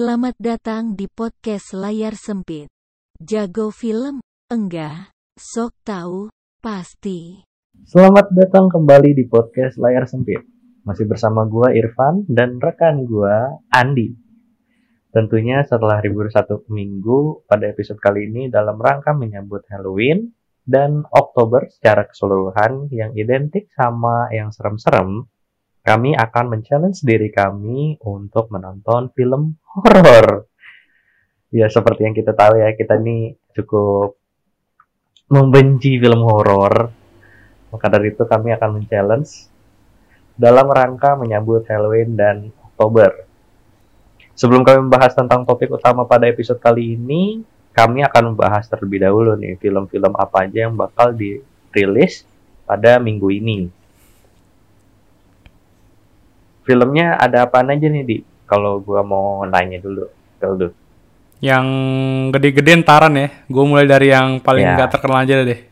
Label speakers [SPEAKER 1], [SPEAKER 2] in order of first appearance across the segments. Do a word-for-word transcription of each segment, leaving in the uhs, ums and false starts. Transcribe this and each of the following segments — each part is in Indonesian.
[SPEAKER 1] Selamat datang di podcast Layar Sempit. Jago film? Enggak. Sok tahu? Pasti.
[SPEAKER 2] Selamat datang kembali di podcast Layar Sempit. Masih bersama gua Irfan dan rekan gua Andi. Tentunya setelah libur satu minggu, pada episode kali ini dalam rangka menyambut Halloween dan Oktober secara keseluruhan yang identik sama yang serem-serem, kami akan men-challenge diri kami untuk menonton film horor. Ya, seperti yang kita tahu ya, kita ini cukup membenci film horor. Maka dari itu kami akan men-challenge dalam rangka menyambut Halloween dan Oktober. Sebelum kami membahas tentang topik utama pada episode kali ini, kami akan membahas terlebih dahulu nih film-film apa aja yang bakal dirilis pada minggu ini. Filmnya ada apa aja nih, Di? Kalau gua mau nanya dulu. dulu.
[SPEAKER 3] Yang gede-gede ntaran ya. Gue mulai dari yang paling
[SPEAKER 2] Ya.
[SPEAKER 3] gak terkenal aja deh.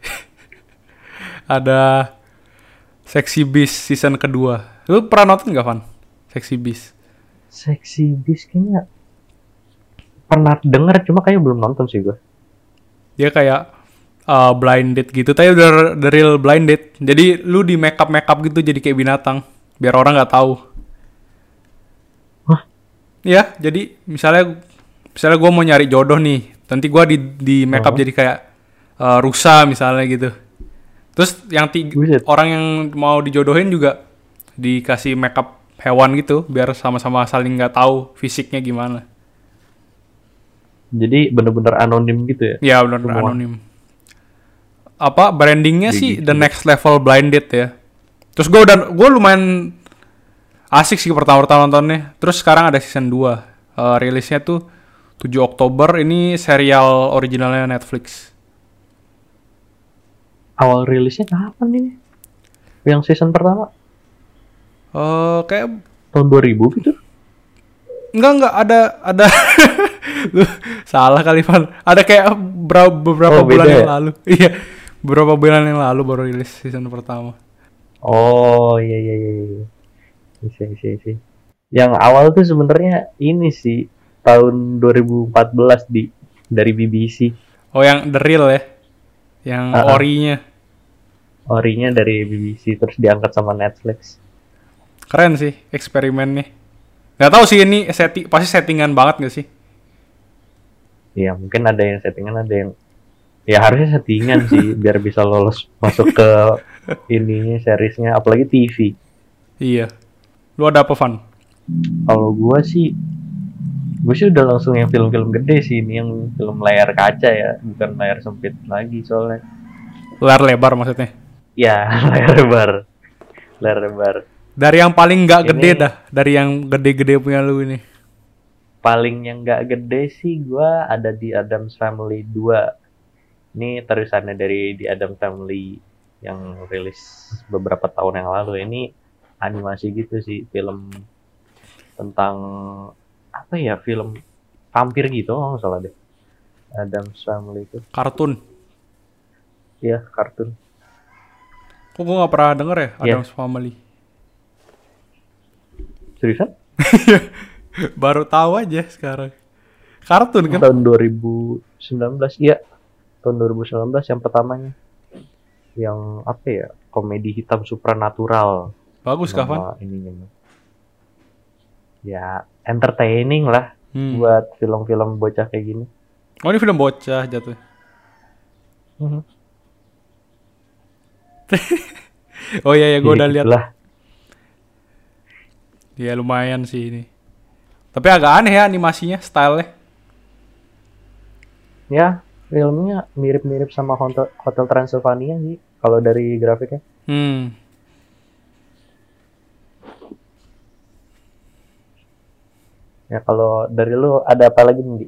[SPEAKER 3] Ada Sexy Beast season kedua. Lu pernah nonton gak, Van? Sexy Beast.
[SPEAKER 2] Sexy Beast kayaknya pernah denger, cuma kayaknya belum nonton sih gua.
[SPEAKER 3] Dia kayak uh, blind date gitu. Tapi udah the real blind date. Jadi lu di make up-make up gitu jadi kayak binatang. Biar orang gak tahu.
[SPEAKER 2] Hah?
[SPEAKER 3] Ya, jadi misalnya misalnya gue mau nyari jodoh nih. Nanti gue di, di make up
[SPEAKER 2] Oh.
[SPEAKER 3] jadi kayak uh, rusa misalnya gitu. Terus yang tiga,
[SPEAKER 2] Buset.
[SPEAKER 3] orang yang mau dijodohin juga dikasih make up hewan gitu. Biar sama-sama saling gak tahu fisiknya gimana.
[SPEAKER 2] Jadi bener-bener anonim gitu ya?
[SPEAKER 3] Ya benar
[SPEAKER 2] Semua.
[SPEAKER 3] anonim. Apa brandingnya
[SPEAKER 2] Jadi
[SPEAKER 3] sih
[SPEAKER 2] gitu.
[SPEAKER 3] the next level blind date ya. Terus gue udah gue lumayan asik sih pertama-tama nontonnya. Terus sekarang ada season dua. Uh, rilisnya tuh tujuh Oktober. Ini serial originalnya Netflix.
[SPEAKER 2] Awal rilisnya kapan ini? Yang season pertama?
[SPEAKER 3] Uh, kayak
[SPEAKER 2] Tahun dua ribu gitu?
[SPEAKER 3] enggak enggak ada ada Lu salah kali Van. Ada kayak beberapa, beberapa
[SPEAKER 2] Oh, beda
[SPEAKER 3] bulan yang
[SPEAKER 2] ya?
[SPEAKER 3] lalu. Iya, beberapa bulan yang lalu baru rilis season pertama.
[SPEAKER 2] Oh iya iya iya. iya. Isi isi isi. Yang awal tuh sebenarnya ini sih tahun dua ribu empat belas di dari B B C.
[SPEAKER 3] Oh yang the real ya, yang
[SPEAKER 2] Uh-uh.
[SPEAKER 3] orinya.
[SPEAKER 2] Orinya dari B B C terus diangkat sama Netflix.
[SPEAKER 3] Keren sih eksperimennya. Gak tahu sih ini setting pasti settingan banget gak sih?
[SPEAKER 2] Ya mungkin ada yang settingan, ada yang ya harusnya settingan sih biar bisa lolos masuk ke ininya seriesnya, apalagi T V.
[SPEAKER 3] Iya. Lu ada apa Van?
[SPEAKER 2] Kalau gua sih gue sih udah langsung yang film-film gede sih, ini yang film layar kaca ya, bukan layar sempit lagi soalnya.
[SPEAKER 3] Layar lebar maksudnya.
[SPEAKER 2] Ya, layar lebar. Layar lebar.
[SPEAKER 3] Dari yang paling gak
[SPEAKER 2] Ini-
[SPEAKER 3] gede dah. Dari yang gede-gede punya lu ini.
[SPEAKER 2] Paling yang gak gede sih gua ada di Addams Family dua. Ini terusannya dari The Addams Family yang rilis beberapa tahun yang lalu. Ini animasi gitu sih, film tentang apa ya, film vampir gitu kalau nggak salah deh. Addams Family itu
[SPEAKER 3] Kartun.
[SPEAKER 2] ya kartun.
[SPEAKER 3] Kok gue gak pernah denger ya
[SPEAKER 2] Iya.
[SPEAKER 3] Addams Family.
[SPEAKER 2] Seriusan?
[SPEAKER 3] Baru tahu aja sekarang. Kartun kan?
[SPEAKER 2] Tahun dua ribu sembilan belas, iya. Tahun dua ribu sembilan belas yang pertamanya. Yang apa ya? Komedi hitam supranatural.
[SPEAKER 3] Bagus kah Van?
[SPEAKER 2] Nama ininya. Ya, entertaining lah
[SPEAKER 3] Hmm.
[SPEAKER 2] buat film-film bocah kayak gini.
[SPEAKER 3] Oh ini film bocah jatuh.
[SPEAKER 2] Mhm.
[SPEAKER 3] Oh iya ya gue
[SPEAKER 2] Jadi
[SPEAKER 3] udah lihat.
[SPEAKER 2] gitulah.
[SPEAKER 3] Ya lumayan sih ini. Tapi agak aneh ya animasinya, stylenya.
[SPEAKER 2] Ya, filmnya mirip-mirip sama Hotel, Hotel Transylvania sih kalau dari grafiknya.
[SPEAKER 3] Hmm.
[SPEAKER 2] Ya kalau dari lu ada apa lagi nih? Di?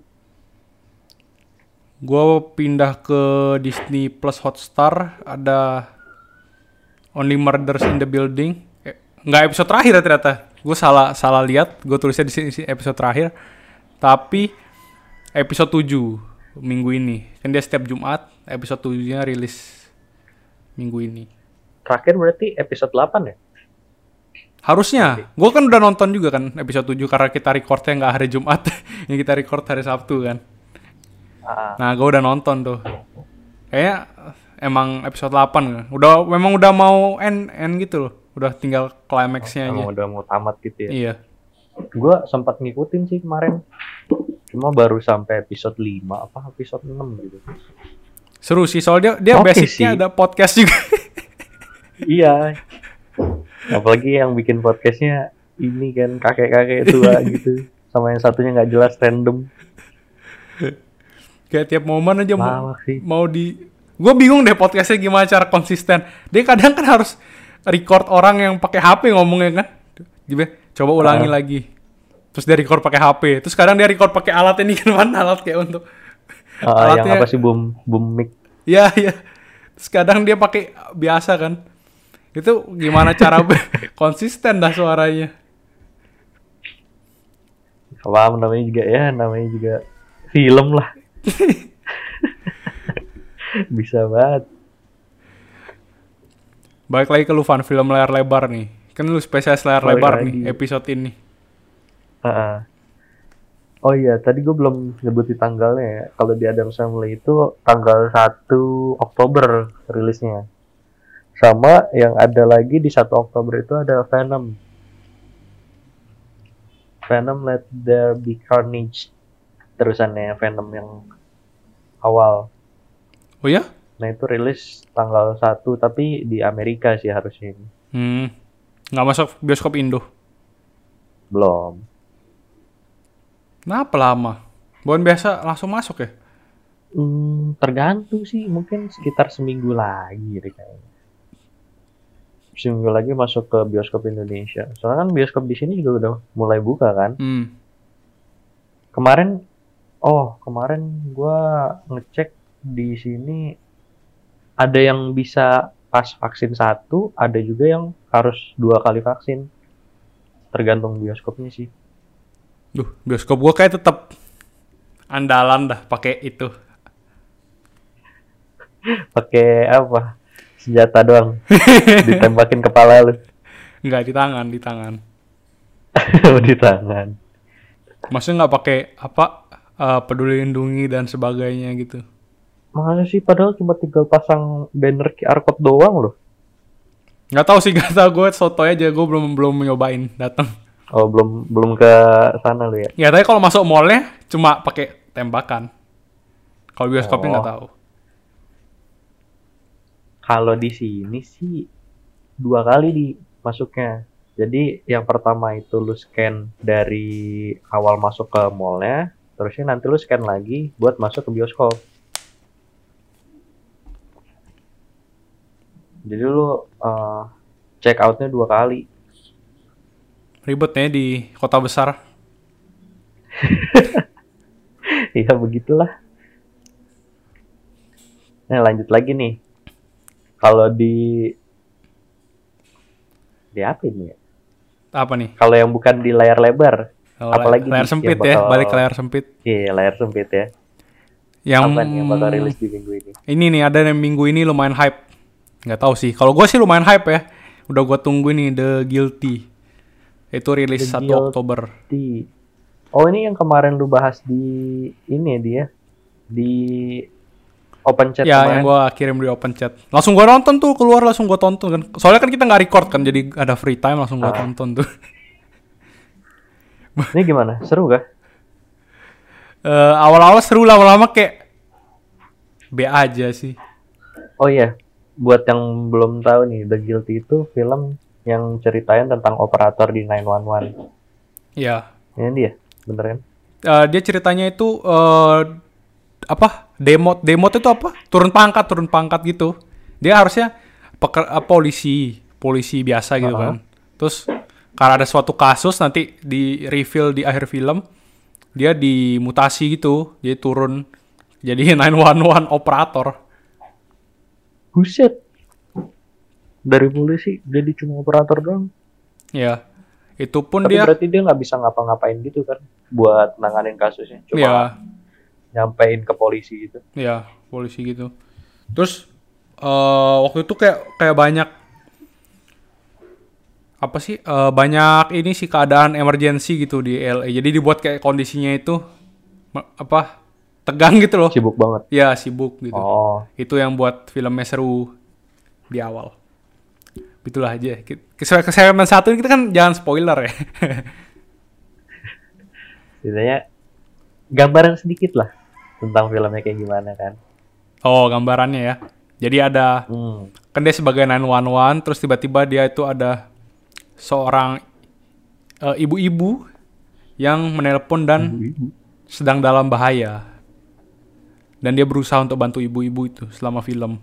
[SPEAKER 3] Gue pindah ke Disney Plus Hotstar, ada Only Murders in the Building. Eh, nggak episode terakhir ya ternyata. Gue salah salah lihat, gue tulisnya di sini episode terakhir. Tapi episode tujuh minggu ini. Kan dia setiap Jumat, episode tujuh-nya rilis minggu ini.
[SPEAKER 2] Terakhir berarti episode delapan ya?
[SPEAKER 3] Harusnya. Gue kan udah nonton juga kan episode tujuh karena kita recordnya nggak hari Jumat. Yang kita record hari Sabtu kan.
[SPEAKER 2] Ah,
[SPEAKER 3] Nah, gue udah nonton tuh. Kayaknya emang episode delapan kan. Udah memang udah mau end end gitu loh. Udah tinggal climax-nya aja.
[SPEAKER 2] emang udah mau tamat gitu ya.
[SPEAKER 3] Iya.
[SPEAKER 2] Gue sempat ngikutin sih kemarin. Cuma baru sampai episode lima apa episode enam gitu.
[SPEAKER 3] Seru sih soalnya dia
[SPEAKER 2] Oke
[SPEAKER 3] basicnya
[SPEAKER 2] sih.
[SPEAKER 3] ada podcast juga.
[SPEAKER 2] Iya. Apalagi yang bikin podcastnya ini kan kakek-kakek tua gitu. Sama yang satunya nggak jelas random.
[SPEAKER 3] Kayak tiap momen aja mau
[SPEAKER 2] Lawak sih.
[SPEAKER 3] mau di. Gue bingung deh podcastnya gimana cara konsisten. Dia kadang kan harus record orang yang pakai H P ngomongnya kan. Jadi coba ulangi
[SPEAKER 2] Ah.
[SPEAKER 3] lagi. Terus dia record pakai H P. Terus kadang dia record pakai alat ini kan, mana alat kayak untuk
[SPEAKER 2] Ah, yang
[SPEAKER 3] alatnya-
[SPEAKER 2] apa sih boom boom mic.
[SPEAKER 3] Iya, iya. Terus kadang dia pakai biasa kan. Itu gimana cara konsisten dah suaranya.
[SPEAKER 2] Paham namanya juga ya, namanya juga film lah. Bisa banget.
[SPEAKER 3] Balik lagi ke lu fan film layar lebar nih. Kan lu spesialis layar
[SPEAKER 2] Balik
[SPEAKER 3] lebar
[SPEAKER 2] lagi.
[SPEAKER 3] nih episode ini.
[SPEAKER 2] Ah. Oh iya, tadi gue belum nyebutin tanggalnya ya. Kalau di Addams Family itu tanggal satu Oktober rilisnya. Sama yang ada lagi di satu Oktober itu ada Venom. Venom Let There Be Carnage. Terusannya Venom yang awal.
[SPEAKER 3] Oh ya?
[SPEAKER 2] Nah itu rilis tanggal satu tapi di Amerika sih harusnya ini.
[SPEAKER 3] Hmm. Nggak masuk bioskop Indo.
[SPEAKER 2] Belum.
[SPEAKER 3] Kenapa lama? Bukan biasa langsung masuk ya?
[SPEAKER 2] Hmm, tergantung sih, mungkin sekitar seminggu lagi deh kayaknya. Seminggu lagi masuk ke bioskop Indonesia. Soalnya kan bioskop di sini juga udah mulai buka kan.
[SPEAKER 3] Hmm.
[SPEAKER 2] Kemarin, oh kemarin gua ngecek di sini ada yang bisa pas vaksin satu, ada juga yang harus dua kali vaksin. Tergantung bioskopnya sih.
[SPEAKER 3] Duh, bioskop gua kayak tetap andalan dah pakai itu.
[SPEAKER 2] Pakai apa? Senjata doang. Ditembakin kepala lu.
[SPEAKER 3] Enggak di tangan, di tangan.
[SPEAKER 2] Di tangan.
[SPEAKER 3] Maksudnya nggak pakai apa eh, peduli lindungi dan sebagainya gitu.
[SPEAKER 2] Makanya sih padahal cuma tinggal pasang banner Q R code doang loh.
[SPEAKER 3] Nggak tahu sih, nggak tahu, gue sotoy aja, gue belum belum nyobain datang.
[SPEAKER 2] Oh belum belum ke sana lo ya.
[SPEAKER 3] Ya tapi kalau masuk mallnya cuma pakai tembakan. Kalau bioskopnya nggak
[SPEAKER 2] Oh.
[SPEAKER 3] tahu.
[SPEAKER 2] Kalau di sini sih dua kali di masuknya. Jadi yang pertama itu lu scan dari awal masuk ke mallnya, terusnya nanti lu scan lagi buat masuk ke bioskop. Jadi lu uh, check outnya dua kali.
[SPEAKER 3] Ribetnya di kota besar.
[SPEAKER 2] Iya begitulah. Nah lanjut lagi nih. Kalau di di apa ini ya?
[SPEAKER 3] Apa nih?
[SPEAKER 2] Kalau yang bukan di layar lebar,
[SPEAKER 3] Oh,
[SPEAKER 2] apalagi
[SPEAKER 3] layar
[SPEAKER 2] di-
[SPEAKER 3] sempit
[SPEAKER 2] yang
[SPEAKER 3] ya,
[SPEAKER 2] bakal-
[SPEAKER 3] balik ke layar sempit.
[SPEAKER 2] iya layar sempit ya.
[SPEAKER 3] Yang
[SPEAKER 2] Apa nih yang bakal rilis di minggu ini?
[SPEAKER 3] ini nih ada yang minggu ini lumayan hype. Nggak tahu sih. Kalau gue sih lumayan hype ya. Udah gue tunggu nih The Guilty. Itu rilis
[SPEAKER 2] The
[SPEAKER 3] satu
[SPEAKER 2] Guilty.
[SPEAKER 3] Oktober.
[SPEAKER 2] Di Oh ini yang kemarin lu bahas di ini ya, dia di open chat
[SPEAKER 3] Ya,
[SPEAKER 2] kemarin.
[SPEAKER 3] yang gue kirim di open chat. Langsung gue nonton tuh, keluar langsung gue tonton kan. Soalnya kan kita nggak record kan, jadi ada free time langsung gue
[SPEAKER 2] Ah.
[SPEAKER 3] tonton tuh.
[SPEAKER 2] Ini gimana? Seru gak?
[SPEAKER 3] Eh, awal-awal seru, lama-lama kayak B aja sih.
[SPEAKER 2] Oh iya, buat yang belum tahu nih, The Guilty itu film yang ceritain tentang operator di nine one one.
[SPEAKER 3] Ya,
[SPEAKER 2] Ini dia, bener kan?
[SPEAKER 3] Eh, dia ceritanya itu eh apa? Demo, demo itu apa? Turun pangkat, turun pangkat gitu. Dia harusnya peker, eh, polisi, polisi biasa gitu
[SPEAKER 2] Uh-huh.
[SPEAKER 3] kan. Terus karena ada suatu kasus nanti di reveal di akhir film, dia dimutasi gitu, dia turun jadi nine one one operator.
[SPEAKER 2] Buset. Dari polisi jadi cuma operator doang.
[SPEAKER 3] Ya, itu pun
[SPEAKER 2] Tapi
[SPEAKER 3] dia,
[SPEAKER 2] berarti dia nggak bisa ngapa-ngapain gitu kan buat nanganin kasusnya. Cuma
[SPEAKER 3] ya,
[SPEAKER 2] nyampein ke polisi gitu.
[SPEAKER 3] ya polisi gitu. Terus eh waktu itu kayak kayak banyak apa sih eh, banyak ini sih keadaan emergency gitu di L A. Jadi dibuat kayak kondisinya itu me- apa tegang gitu loh.
[SPEAKER 2] Sibuk banget.
[SPEAKER 3] Ya sibuk gitu.
[SPEAKER 2] Oh,
[SPEAKER 3] Itu yang buat filmnya seru di awal. Itulah aja. Ke segmen satu ini kita kan jangan spoiler ya.
[SPEAKER 2] setidaknya gambaran sedikit lah tentang filmnya kayak gimana kan.
[SPEAKER 3] Oh gambarannya ya. Jadi ada
[SPEAKER 2] Hmm.
[SPEAKER 3] kan dia sebagai nine one one terus tiba-tiba dia itu ada seorang eh, ibu-ibu yang menelpon dan
[SPEAKER 2] Ibu-ibu.
[SPEAKER 3] sedang dalam bahaya. Dan dia berusaha untuk bantu ibu-ibu itu selama film.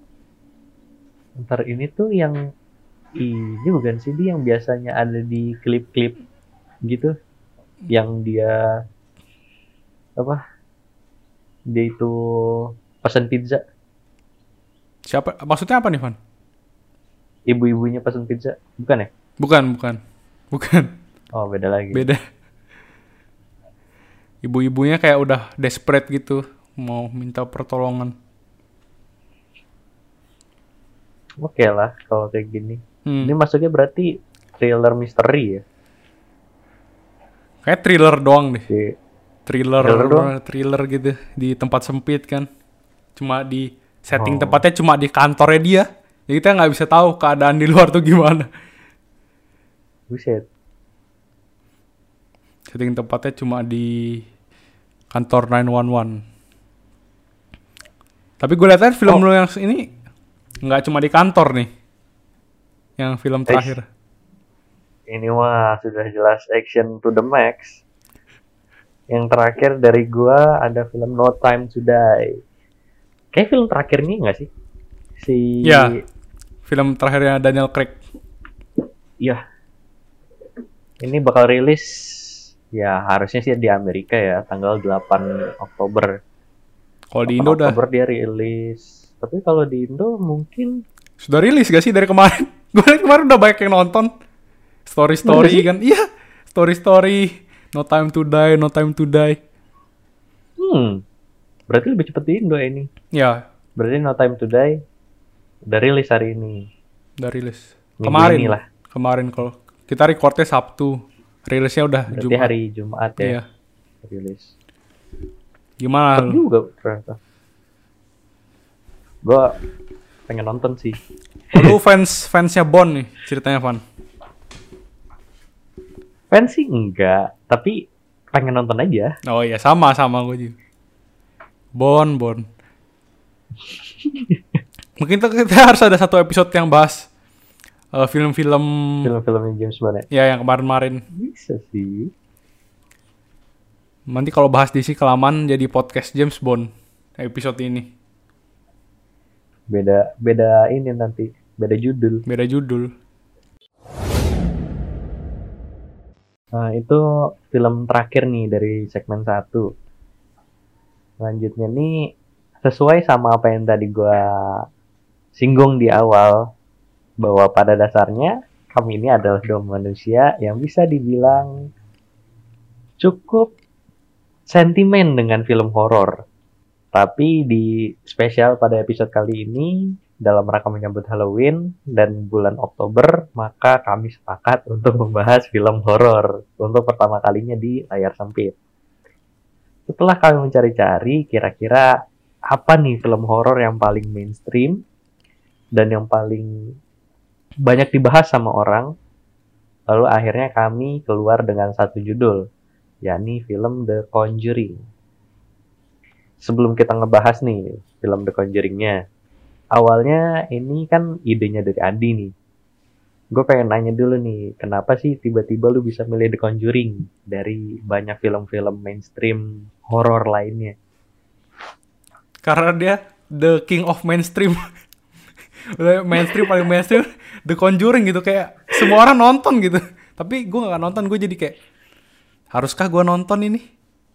[SPEAKER 2] Ntar ini tuh yang ini bukan sih dia yang biasanya ada di klip-klip gitu, yang dia apa? Dia itu pesan pizza,
[SPEAKER 3] Siapa? Maksudnya apa nih, Van?
[SPEAKER 2] ibu-ibunya pesan pizza, bukan ya?
[SPEAKER 3] Bukan, bukan. Bukan.
[SPEAKER 2] Oh beda lagi.
[SPEAKER 3] Beda. Ibu-ibunya kayak udah desperate gitu. Mau minta pertolongan.
[SPEAKER 2] Oke lah kalau kayak gini.
[SPEAKER 3] Hmm.
[SPEAKER 2] Ini masuknya berarti thriller misteri ya?
[SPEAKER 3] Kayak thriller doang deh.
[SPEAKER 2] Si
[SPEAKER 3] Thriller,
[SPEAKER 2] Thriller doang?
[SPEAKER 3] thriller gitu. Di tempat sempit kan. Cuma di setting
[SPEAKER 2] Oh.
[SPEAKER 3] tempatnya cuma di kantornya dia. Jadi kita nggak bisa tahu keadaan di luar tuh gimana.
[SPEAKER 2] buset.
[SPEAKER 3] Setting tempatnya cuma di kantor nine one one. Tapi gue lihat kan film
[SPEAKER 2] Oh.
[SPEAKER 3] lo yang ini nggak cuma di kantor nih. Yang film terakhir.
[SPEAKER 2] Ini mah sudah jelas action to the max. Yang terakhir dari gua ada film No Time to Die. Kayak film terakhirnya nggak sih? Si
[SPEAKER 3] Ya. Film terakhirnya Daniel Craig.
[SPEAKER 2] Iya. Ini bakal rilis ya harusnya sih di Amerika ya tanggal delapan Oktober.
[SPEAKER 3] Kalau di
[SPEAKER 2] delapan
[SPEAKER 3] Indo udah
[SPEAKER 2] Oktober dia rilis. Tapi kalau di Indo mungkin
[SPEAKER 3] sudah rilis gak sih dari kemarin? Gue liat kemarin udah banyak yang nonton. Story-story
[SPEAKER 2] Bener sih?
[SPEAKER 3] kan. Iya. Story-story. No Time to Die, No Time to Die.
[SPEAKER 2] hmm berarti lebih cepet di Indo ini.
[SPEAKER 3] Ya,
[SPEAKER 2] Berarti No Time to Die udah rilis hari ini.
[SPEAKER 3] udah rilis.
[SPEAKER 2] Minggu
[SPEAKER 3] Kemarin.
[SPEAKER 2] ini lah.
[SPEAKER 3] Kemarin kalau kita recordnya Sabtu. Rilisnya udah
[SPEAKER 2] Berarti
[SPEAKER 3] Jumat.
[SPEAKER 2] hari Jumat ya
[SPEAKER 3] Iya.
[SPEAKER 2] rilis.
[SPEAKER 3] Gimana
[SPEAKER 2] Cepet
[SPEAKER 3] lu?
[SPEAKER 2] juga ternyata. Gue pengen nonton sih.
[SPEAKER 3] Oh, lu fans fansnya Bond nih ceritanya, Van.
[SPEAKER 2] Fans sih enggak, tapi pengen nonton aja.
[SPEAKER 3] Oh iya, sama sama gue juga. Bond, Bond. Mungkin kita, kita harus ada satu episode yang bahas eh, film-film
[SPEAKER 2] Film-filmnya James Bond ya.
[SPEAKER 3] ya yang kemarin-kemarin.
[SPEAKER 2] Bisa sih.
[SPEAKER 3] Nanti kalau bahas D C kelamaan jadi podcast James Bond episode ini.
[SPEAKER 2] Beda beda ini nanti, beda judul.
[SPEAKER 3] Beda judul.
[SPEAKER 2] Nah, itu film terakhir nih dari segmen satu. Selanjutnya nih sesuai sama apa yang tadi gua singgung di awal, bahwa pada dasarnya kami ini adalah dua manusia yang bisa dibilang cukup sentimen dengan film horor. Tapi di spesial pada episode kali ini, dalam rangka menyambut Halloween dan bulan Oktober, maka kami sepakat untuk membahas film horor untuk pertama kalinya di Layar Sempit. Setelah kami mencari-cari, kira-kira apa nih film horor yang paling mainstream dan yang paling banyak dibahas sama orang, lalu akhirnya kami keluar dengan satu judul, yakni film The Conjuring. Sebelum kita ngebahas nih film The Conjuring-nya, awalnya ini kan idenya dari Andi nih. Gue pengen nanya dulu nih, kenapa sih tiba-tiba lu bisa milih The Conjuring dari banyak film-film mainstream horor lainnya?
[SPEAKER 3] Karena dia the king of mainstream. Udah mainstream paling mainstream The Conjuring gitu, kayak semua orang nonton gitu. Tapi gue gak nonton, gue jadi kayak haruskah gue nonton ini?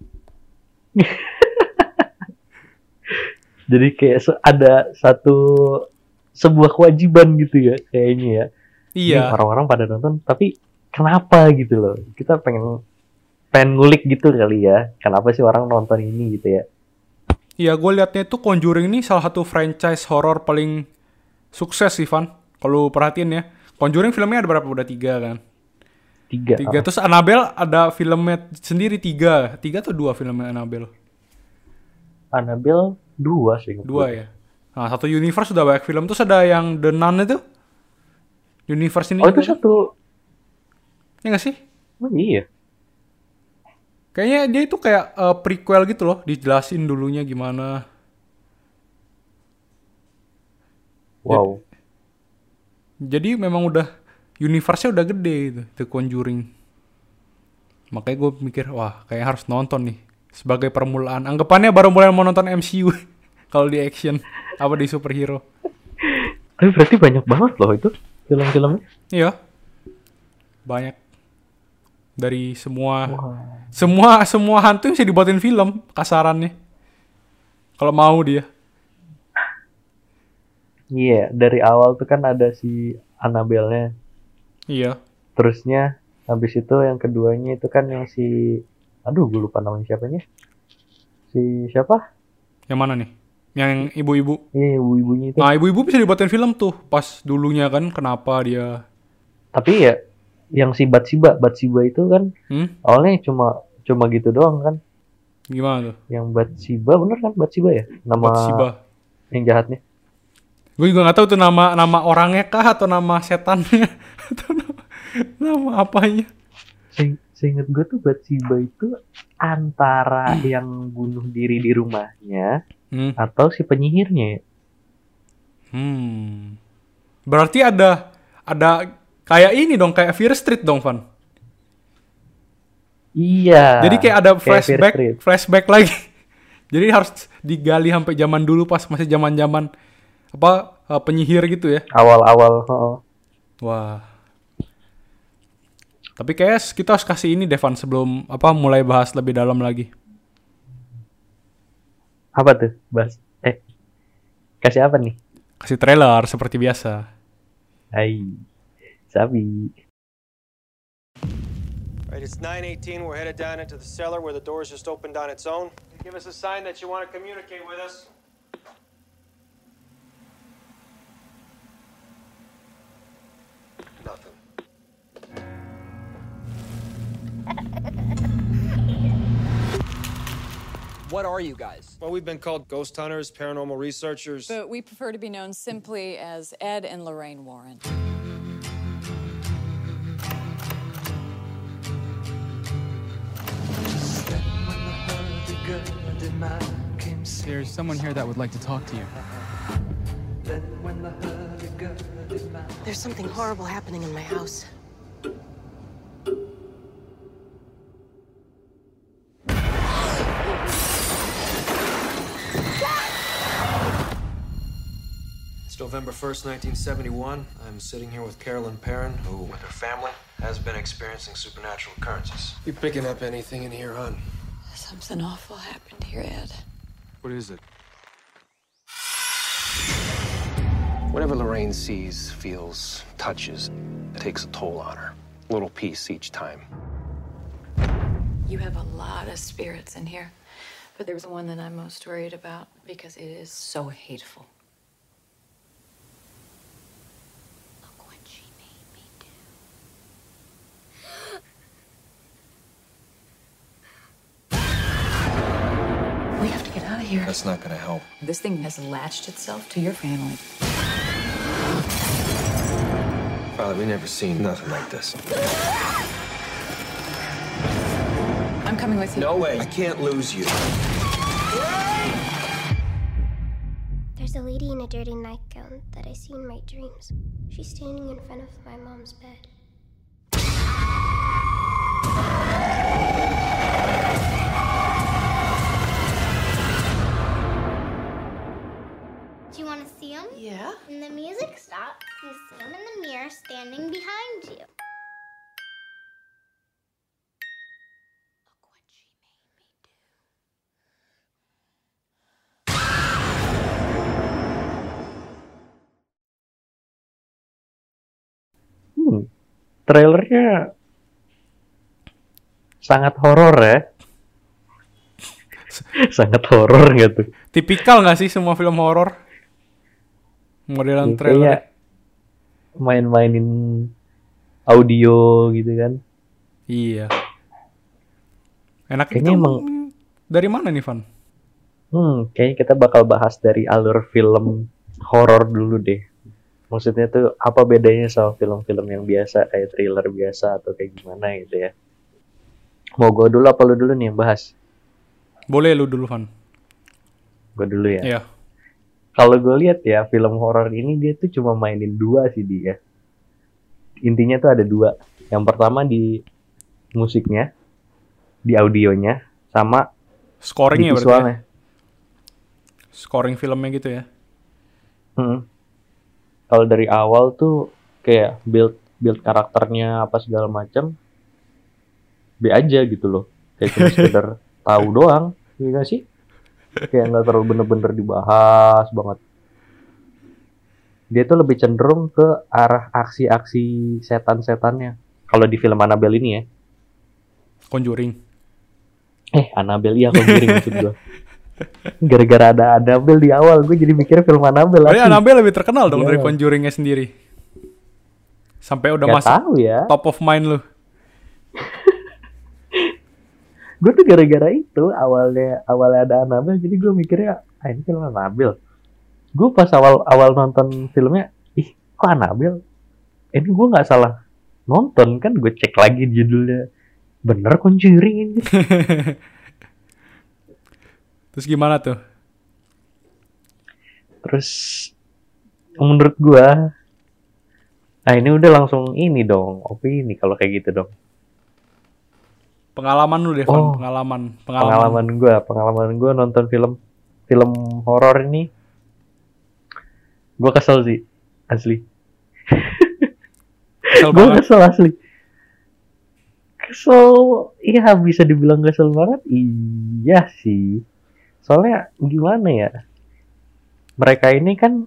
[SPEAKER 2] Jadi kayak se- ada satu sebuah kewajiban gitu ya kayaknya ya.
[SPEAKER 3] Iya.
[SPEAKER 2] Ini orang-orang pada nonton, tapi kenapa gitu loh? Kita pengen pengen ngulik gitu kali ya. Kenapa sih orang nonton ini gitu ya?
[SPEAKER 3] Iya, gue liatnya tuh Conjuring ini salah satu franchise horor paling sukses sih, Van. Kalau perhatiin ya. Conjuring filmnya ada berapa? Udah tiga kan?
[SPEAKER 2] Tiga.
[SPEAKER 3] Tiga.
[SPEAKER 2] Oh.
[SPEAKER 3] Terus Annabelle ada filmnya sendiri tiga. Tiga atau dua filmnya Annabelle?
[SPEAKER 2] Annabelle dua sih.
[SPEAKER 3] Dua ya. Nah, satu universe sudah banyak film. Terus ada yang The Nun itu. Universe ini.
[SPEAKER 2] Oh itu satu.
[SPEAKER 3] Ya nggak sih?
[SPEAKER 2] Oh iya.
[SPEAKER 3] Kayaknya dia itu kayak uh, prequel gitu loh. Dijelasin dulunya gimana.
[SPEAKER 2] Wow.
[SPEAKER 3] Jadi, jadi memang udah universe-nya udah gede gitu. The Conjuring. Makanya gue mikir, wah kayaknya harus nonton nih. Sebagai permulaan. Anggapannya baru mulai mau nonton M C U. Kalau di action. Apa di superhero.
[SPEAKER 2] Tapi berarti banyak banget loh itu film-filmnya.
[SPEAKER 3] Iya. Banyak. Dari semua
[SPEAKER 2] Wow.
[SPEAKER 3] semua semua hantu bisa dibuatin film kasarannya. Kalau mau dia.
[SPEAKER 2] Iya, yeah, dari awal tuh kan ada si Annabelle-nya.
[SPEAKER 3] Iya.
[SPEAKER 2] Terusnya habis itu yang keduanya itu kan yang si aduh gue lupa namanya siapanya. Si siapa?
[SPEAKER 3] Yang mana nih? Yang ibu-ibu.
[SPEAKER 2] Iya, ibu-ibunya itu.
[SPEAKER 3] Nah, ibu-ibu bisa dibuatin film tuh pas dulunya kan kenapa dia.
[SPEAKER 2] Tapi ya yang si Batsiba, Batsiba itu kan
[SPEAKER 3] Hmm?
[SPEAKER 2] awalnya cuma cuma gitu doang kan.
[SPEAKER 3] Gimana tuh?
[SPEAKER 2] Yang Batsiba bener kan Batsiba ya? Nama
[SPEAKER 3] Bathsheba.
[SPEAKER 2] yang jahatnya.
[SPEAKER 3] Gue juga nggak tahu tuh nama nama orangnya kah atau nama setannya atau nama, nama apanya.
[SPEAKER 2] Se- Seingat gue tuh Batsiba itu antara yang bunuh diri di rumahnya
[SPEAKER 3] Hmm.
[SPEAKER 2] atau si penyihirnya.
[SPEAKER 3] Hmm. Berarti ada ada kayak ini dong, kayak Fear Street dong, Van.
[SPEAKER 2] Iya.
[SPEAKER 3] Jadi kayak ada
[SPEAKER 2] kayak Fear
[SPEAKER 3] flashback,
[SPEAKER 2] Street.
[SPEAKER 3] flashback lagi. Jadi harus digali sampai zaman dulu pas masih zaman-zaman apa uh, penyihir gitu ya.
[SPEAKER 2] Awal-awal. Oh.
[SPEAKER 3] Wah. Tapi kayak kita harus kasih ini Devan sebelum apa mulai bahas lebih dalam lagi.
[SPEAKER 2] Apa tuh? Bahas. Eh. Kasih apa nih?
[SPEAKER 3] Kasih trailer seperti biasa.
[SPEAKER 2] Hai. Sabi.
[SPEAKER 4] Right, it's nine eighteen. We're headed down into the cellar where the doors just opened on its own. Give us a sign that you want to communicate with us. Nothing.
[SPEAKER 5] What are you guys?
[SPEAKER 4] Well, we've been called ghost hunters, paranormal researchers.
[SPEAKER 6] But we prefer to be known simply as Ed and Lorraine Warren.
[SPEAKER 5] There's someone here that would like to talk to you.
[SPEAKER 7] There's something horrible happening in my house.
[SPEAKER 4] It's November first, nineteen seventy-one. I'm sitting here with Carolyn Perrin, who, with her family, has been experiencing supernatural occurrences. You picking up anything in here, hon?
[SPEAKER 6] Something awful happened here, Ed.
[SPEAKER 4] What is it? Whatever Lorraine sees, feels, touches, it takes a toll on her. A little piece each time.
[SPEAKER 6] You have a lot of spirits in here, but there's one that I'm most worried about because it is so hateful. Look what she made me do. We have to get out of here.
[SPEAKER 4] That's not gonna help.
[SPEAKER 6] This thing has latched itself to your family.
[SPEAKER 4] Father, we never seen nothing like this.
[SPEAKER 6] I'm coming with you.
[SPEAKER 4] No way. I can't lose you.
[SPEAKER 8] There's a lady in a dirty nightgown that I see in my dreams. She's standing in front of my mom's bed.
[SPEAKER 9] Do you want to see him?
[SPEAKER 6] Yeah?
[SPEAKER 9] When the music stops, you see him in the mirror standing behind you.
[SPEAKER 6] Look what she made me do.
[SPEAKER 2] Hmm. Trailernya sangat horor ya. Sangat horor gitu.
[SPEAKER 3] Tipikal nggak sih semua film horor? Modelan
[SPEAKER 2] Kayaknya
[SPEAKER 3] trailer.
[SPEAKER 2] main-mainin audio gitu kan.
[SPEAKER 3] Iya. Enak itu
[SPEAKER 2] Kayaknya emang
[SPEAKER 3] dari mana nih, Van?
[SPEAKER 2] Hmm, kayaknya kita bakal bahas dari alur film horor dulu deh. Maksudnya tuh apa bedanya sama film-film yang biasa kayak thriller biasa atau kayak gimana gitu ya. Mau gue dulu apa lu dulu nih yang bahas?
[SPEAKER 3] Boleh lu dulu, Van.
[SPEAKER 2] Gue dulu ya.
[SPEAKER 3] Iya.
[SPEAKER 2] Kalau gue lihat ya film horor ini dia tuh cuma mainin dua sih dia. Intinya tuh ada dua. Yang pertama di musiknya, di audionya, sama
[SPEAKER 3] scoringnya
[SPEAKER 2] di visualnya.
[SPEAKER 3] Ya? Scoring filmnya gitu ya.
[SPEAKER 2] Hmm. Kalau dari awal tuh kayak build build karakternya apa segala macam B aja gitu loh. Kayak cuma sekedar tahu doang, iya gak sih? Kayak nggak terlalu bener-bener dibahas banget. Dia tuh lebih cenderung ke arah aksi-aksi setan-setannya. Kalau di film Annabelle ini ya.
[SPEAKER 3] Conjuring.
[SPEAKER 2] Eh, Annabelle iya Conjuring maksud gue. Gara-gara ada Annabelle di awal, gue jadi mikirnya film Annabelle.
[SPEAKER 3] Tapi Annabelle lebih terkenal dong yeah. dari Conjuringnya sendiri. Sampai udah
[SPEAKER 2] Gak
[SPEAKER 3] masuk
[SPEAKER 2] tahu ya.
[SPEAKER 3] top of mind lu.
[SPEAKER 2] Gue tuh gara-gara itu awalnya awalnya ada Annabelle, jadi gue mikirnya ah ini film Annabelle. Gue pas awal awal nonton filmnya, ih kok Annabelle? Ini gue nggak salah nonton kan, gue cek lagi judulnya, bener Conjuring ini.
[SPEAKER 3] Terus gimana tuh?
[SPEAKER 2] Terus menurut gue, nah ini udah langsung ini dong, opini kalau kayak gitu dong.
[SPEAKER 3] Pengalaman lu deh, Van. Oh, pengalaman,
[SPEAKER 2] pengalaman. Pengalaman gue, pengalaman gue nonton film film horor ini, gue kesel sih, asli.
[SPEAKER 3] Kesel
[SPEAKER 2] gue kesel asli. Kesel, iya bisa dibilang kesel banget, iya sih. Soalnya gimana ya? Mereka ini kan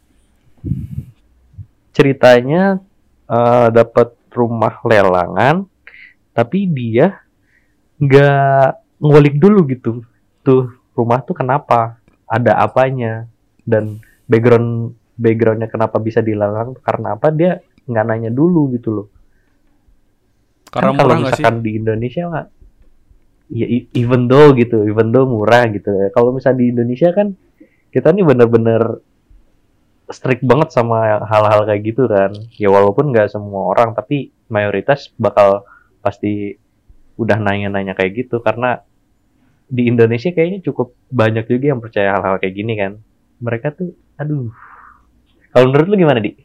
[SPEAKER 2] ceritanya uh, dapat rumah lelangan, tapi dia nggak ngulik dulu gitu tuh rumah tuh kenapa, ada apanya, dan background backgroundnya kenapa bisa dilelang karena apa, dia nggak nanya dulu gitu loh. Karena kan kalau misalkan di Indonesia nggak, ya even though gitu, even though murah gitu ya. Kalau misalnya di Indonesia kan kita nih bener-bener strict banget sama hal-hal kayak gitu kan. Ya walaupun nggak semua orang, tapi mayoritas bakal pasti udah nanya-nanya kayak gitu, karena di Indonesia kayaknya cukup banyak juga yang percaya hal-hal kayak gini kan. Mereka tuh, aduh. Kalau menurut lu gimana, Di?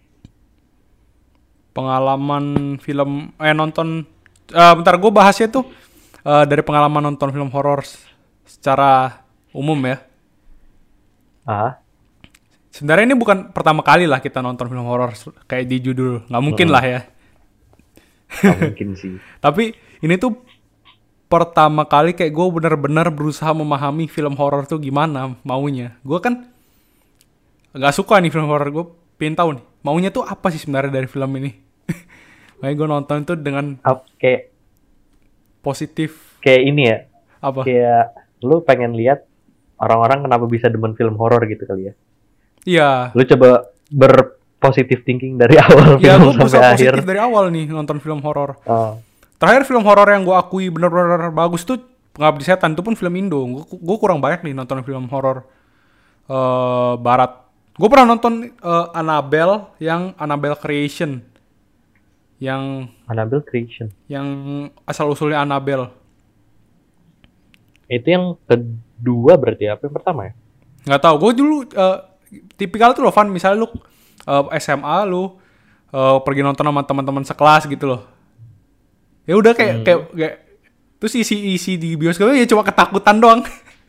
[SPEAKER 3] Pengalaman film, eh nonton, uh, bentar gue bahasnya tuh uh, dari pengalaman nonton film horor secara umum ya.
[SPEAKER 2] Ah.
[SPEAKER 3] Sebenarnya ini bukan pertama kali lah kita nonton film horor kayak di judul, nggak mungkin hmm. lah ya.
[SPEAKER 2] Nggak mungkin sih.
[SPEAKER 3] Tapi ini tuh pertama kali kayak gue benar-benar berusaha memahami film horor tuh gimana maunya. Gue kan nggak suka nih film horor, gue pengen tahu nih maunya tuh apa sih sebenarnya dari film ini. Makanya gue nonton tuh dengan
[SPEAKER 2] Up, kayak
[SPEAKER 3] positif.
[SPEAKER 2] Kayak ini ya.
[SPEAKER 3] Apa?
[SPEAKER 2] Kayak lu pengen lihat orang-orang kenapa bisa demen film horor gitu kali ya.
[SPEAKER 3] Iya.
[SPEAKER 2] Lu coba berpositif thinking dari awal
[SPEAKER 3] ya,
[SPEAKER 2] film sampai akhir.
[SPEAKER 3] Iya, gue positif dari awal nih nonton film horor.
[SPEAKER 2] Oh.
[SPEAKER 3] Terakhir film horor yang gue akui benar-benar bagus tuh Pengabdi Setan, itu pun film Indo. Gue kurang banyak nih nonton film horor uh, Barat. Gue pernah nonton uh, Annabelle yang Annabelle Creation, yang
[SPEAKER 2] Annabelle Creation,
[SPEAKER 3] yang asal usulnya Annabelle.
[SPEAKER 2] Itu yang kedua berarti, apa yang pertama ya?
[SPEAKER 3] Nggak tahu. Gue dulu uh, tipikal tuh loh, Van. Misalnya lu uh, S M A, lu uh, pergi nonton sama teman-teman sekelas gitu loh. Ya udah kayak, hmm. kayak kayak terus isi isi di bioskopnya ya cuma ketakutan doang.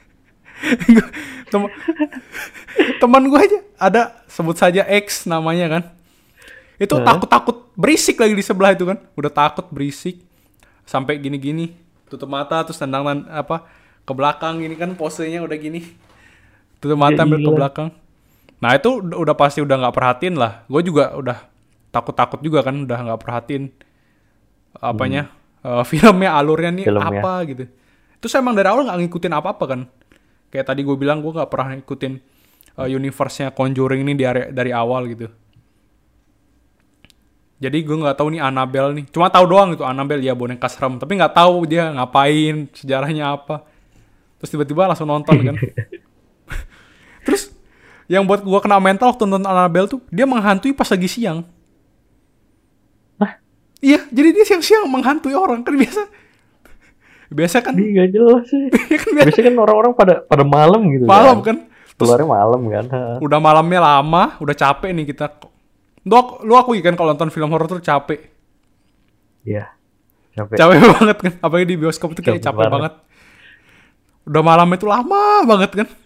[SPEAKER 3] Tem- teman gue aja ada, sebut saja X namanya kan. Itu huh? takut-takut berisik lagi di sebelah itu kan. Udah takut berisik sampai gini-gini, tutup mata terus tendang apa ke belakang gini kan, posenya udah gini. Tutup mata ambil ke belakang. Nah, itu udah pasti udah enggak perhatiin lah. Gue juga udah takut-takut juga kan, udah enggak perhatiin apanya hmm. uh, filmnya, alurnya nih filmnya. Apa gitu. Terus emang dari awal nggak ngikutin apa-apa kan, kayak tadi gue bilang gue nggak pernah ngikutin uh, universe-nya Conjuring ini dari dari awal gitu. Jadi gue nggak tahu nih Annabelle nih. Cuma tahu doang itu Annabelle ya boneka serem. Tapi nggak tahu dia ngapain, sejarahnya apa. Terus tiba-tiba langsung nonton kan. Terus yang buat gue kena mental waktu nonton Annabelle tuh dia menghantui pas lagi siang.
[SPEAKER 2] Hah?
[SPEAKER 3] Iya, jadi dia siang-siang menghantui orang kan biasa. Biasa kan?
[SPEAKER 2] Ini nggak jelas sih.
[SPEAKER 3] kan biasa.
[SPEAKER 2] Biasanya kan orang-orang pada pada malam gitu.
[SPEAKER 3] Malam kan.
[SPEAKER 2] kan? Keluarnya malam kan.
[SPEAKER 3] Udah malamnya lama, udah capek nih kita. Lu, lu akui kan kalau nonton film horor tuh capek.
[SPEAKER 2] Iya. Capek.
[SPEAKER 3] Capek banget kan. Apalagi di bioskop tuh kayak capek, capek banget. Udah malam itu lama banget kan.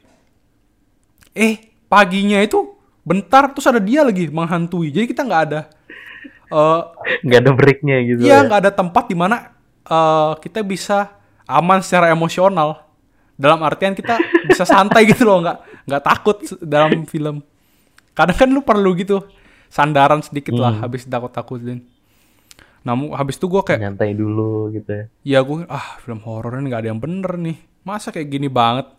[SPEAKER 3] Eh, paginya itu bentar terus ada dia lagi menghantui. Jadi kita nggak ada uh,
[SPEAKER 2] nggak ada breaknya gitu.
[SPEAKER 3] Iya,
[SPEAKER 2] ya?
[SPEAKER 3] nggak ada tempat di mana uh, kita bisa aman secara emosional. Dalam artian kita bisa santai gitu loh, nggak nggak takut dalam film. Kadang kan lu perlu gitu. Sandaran sedikit lah hmm. habis takut-takutin. Namun habis itu gue kayak
[SPEAKER 2] nyantai dulu gitu ya.
[SPEAKER 3] Iya gue ah film horor ini nggak ada yang bener nih. Masa kayak gini banget.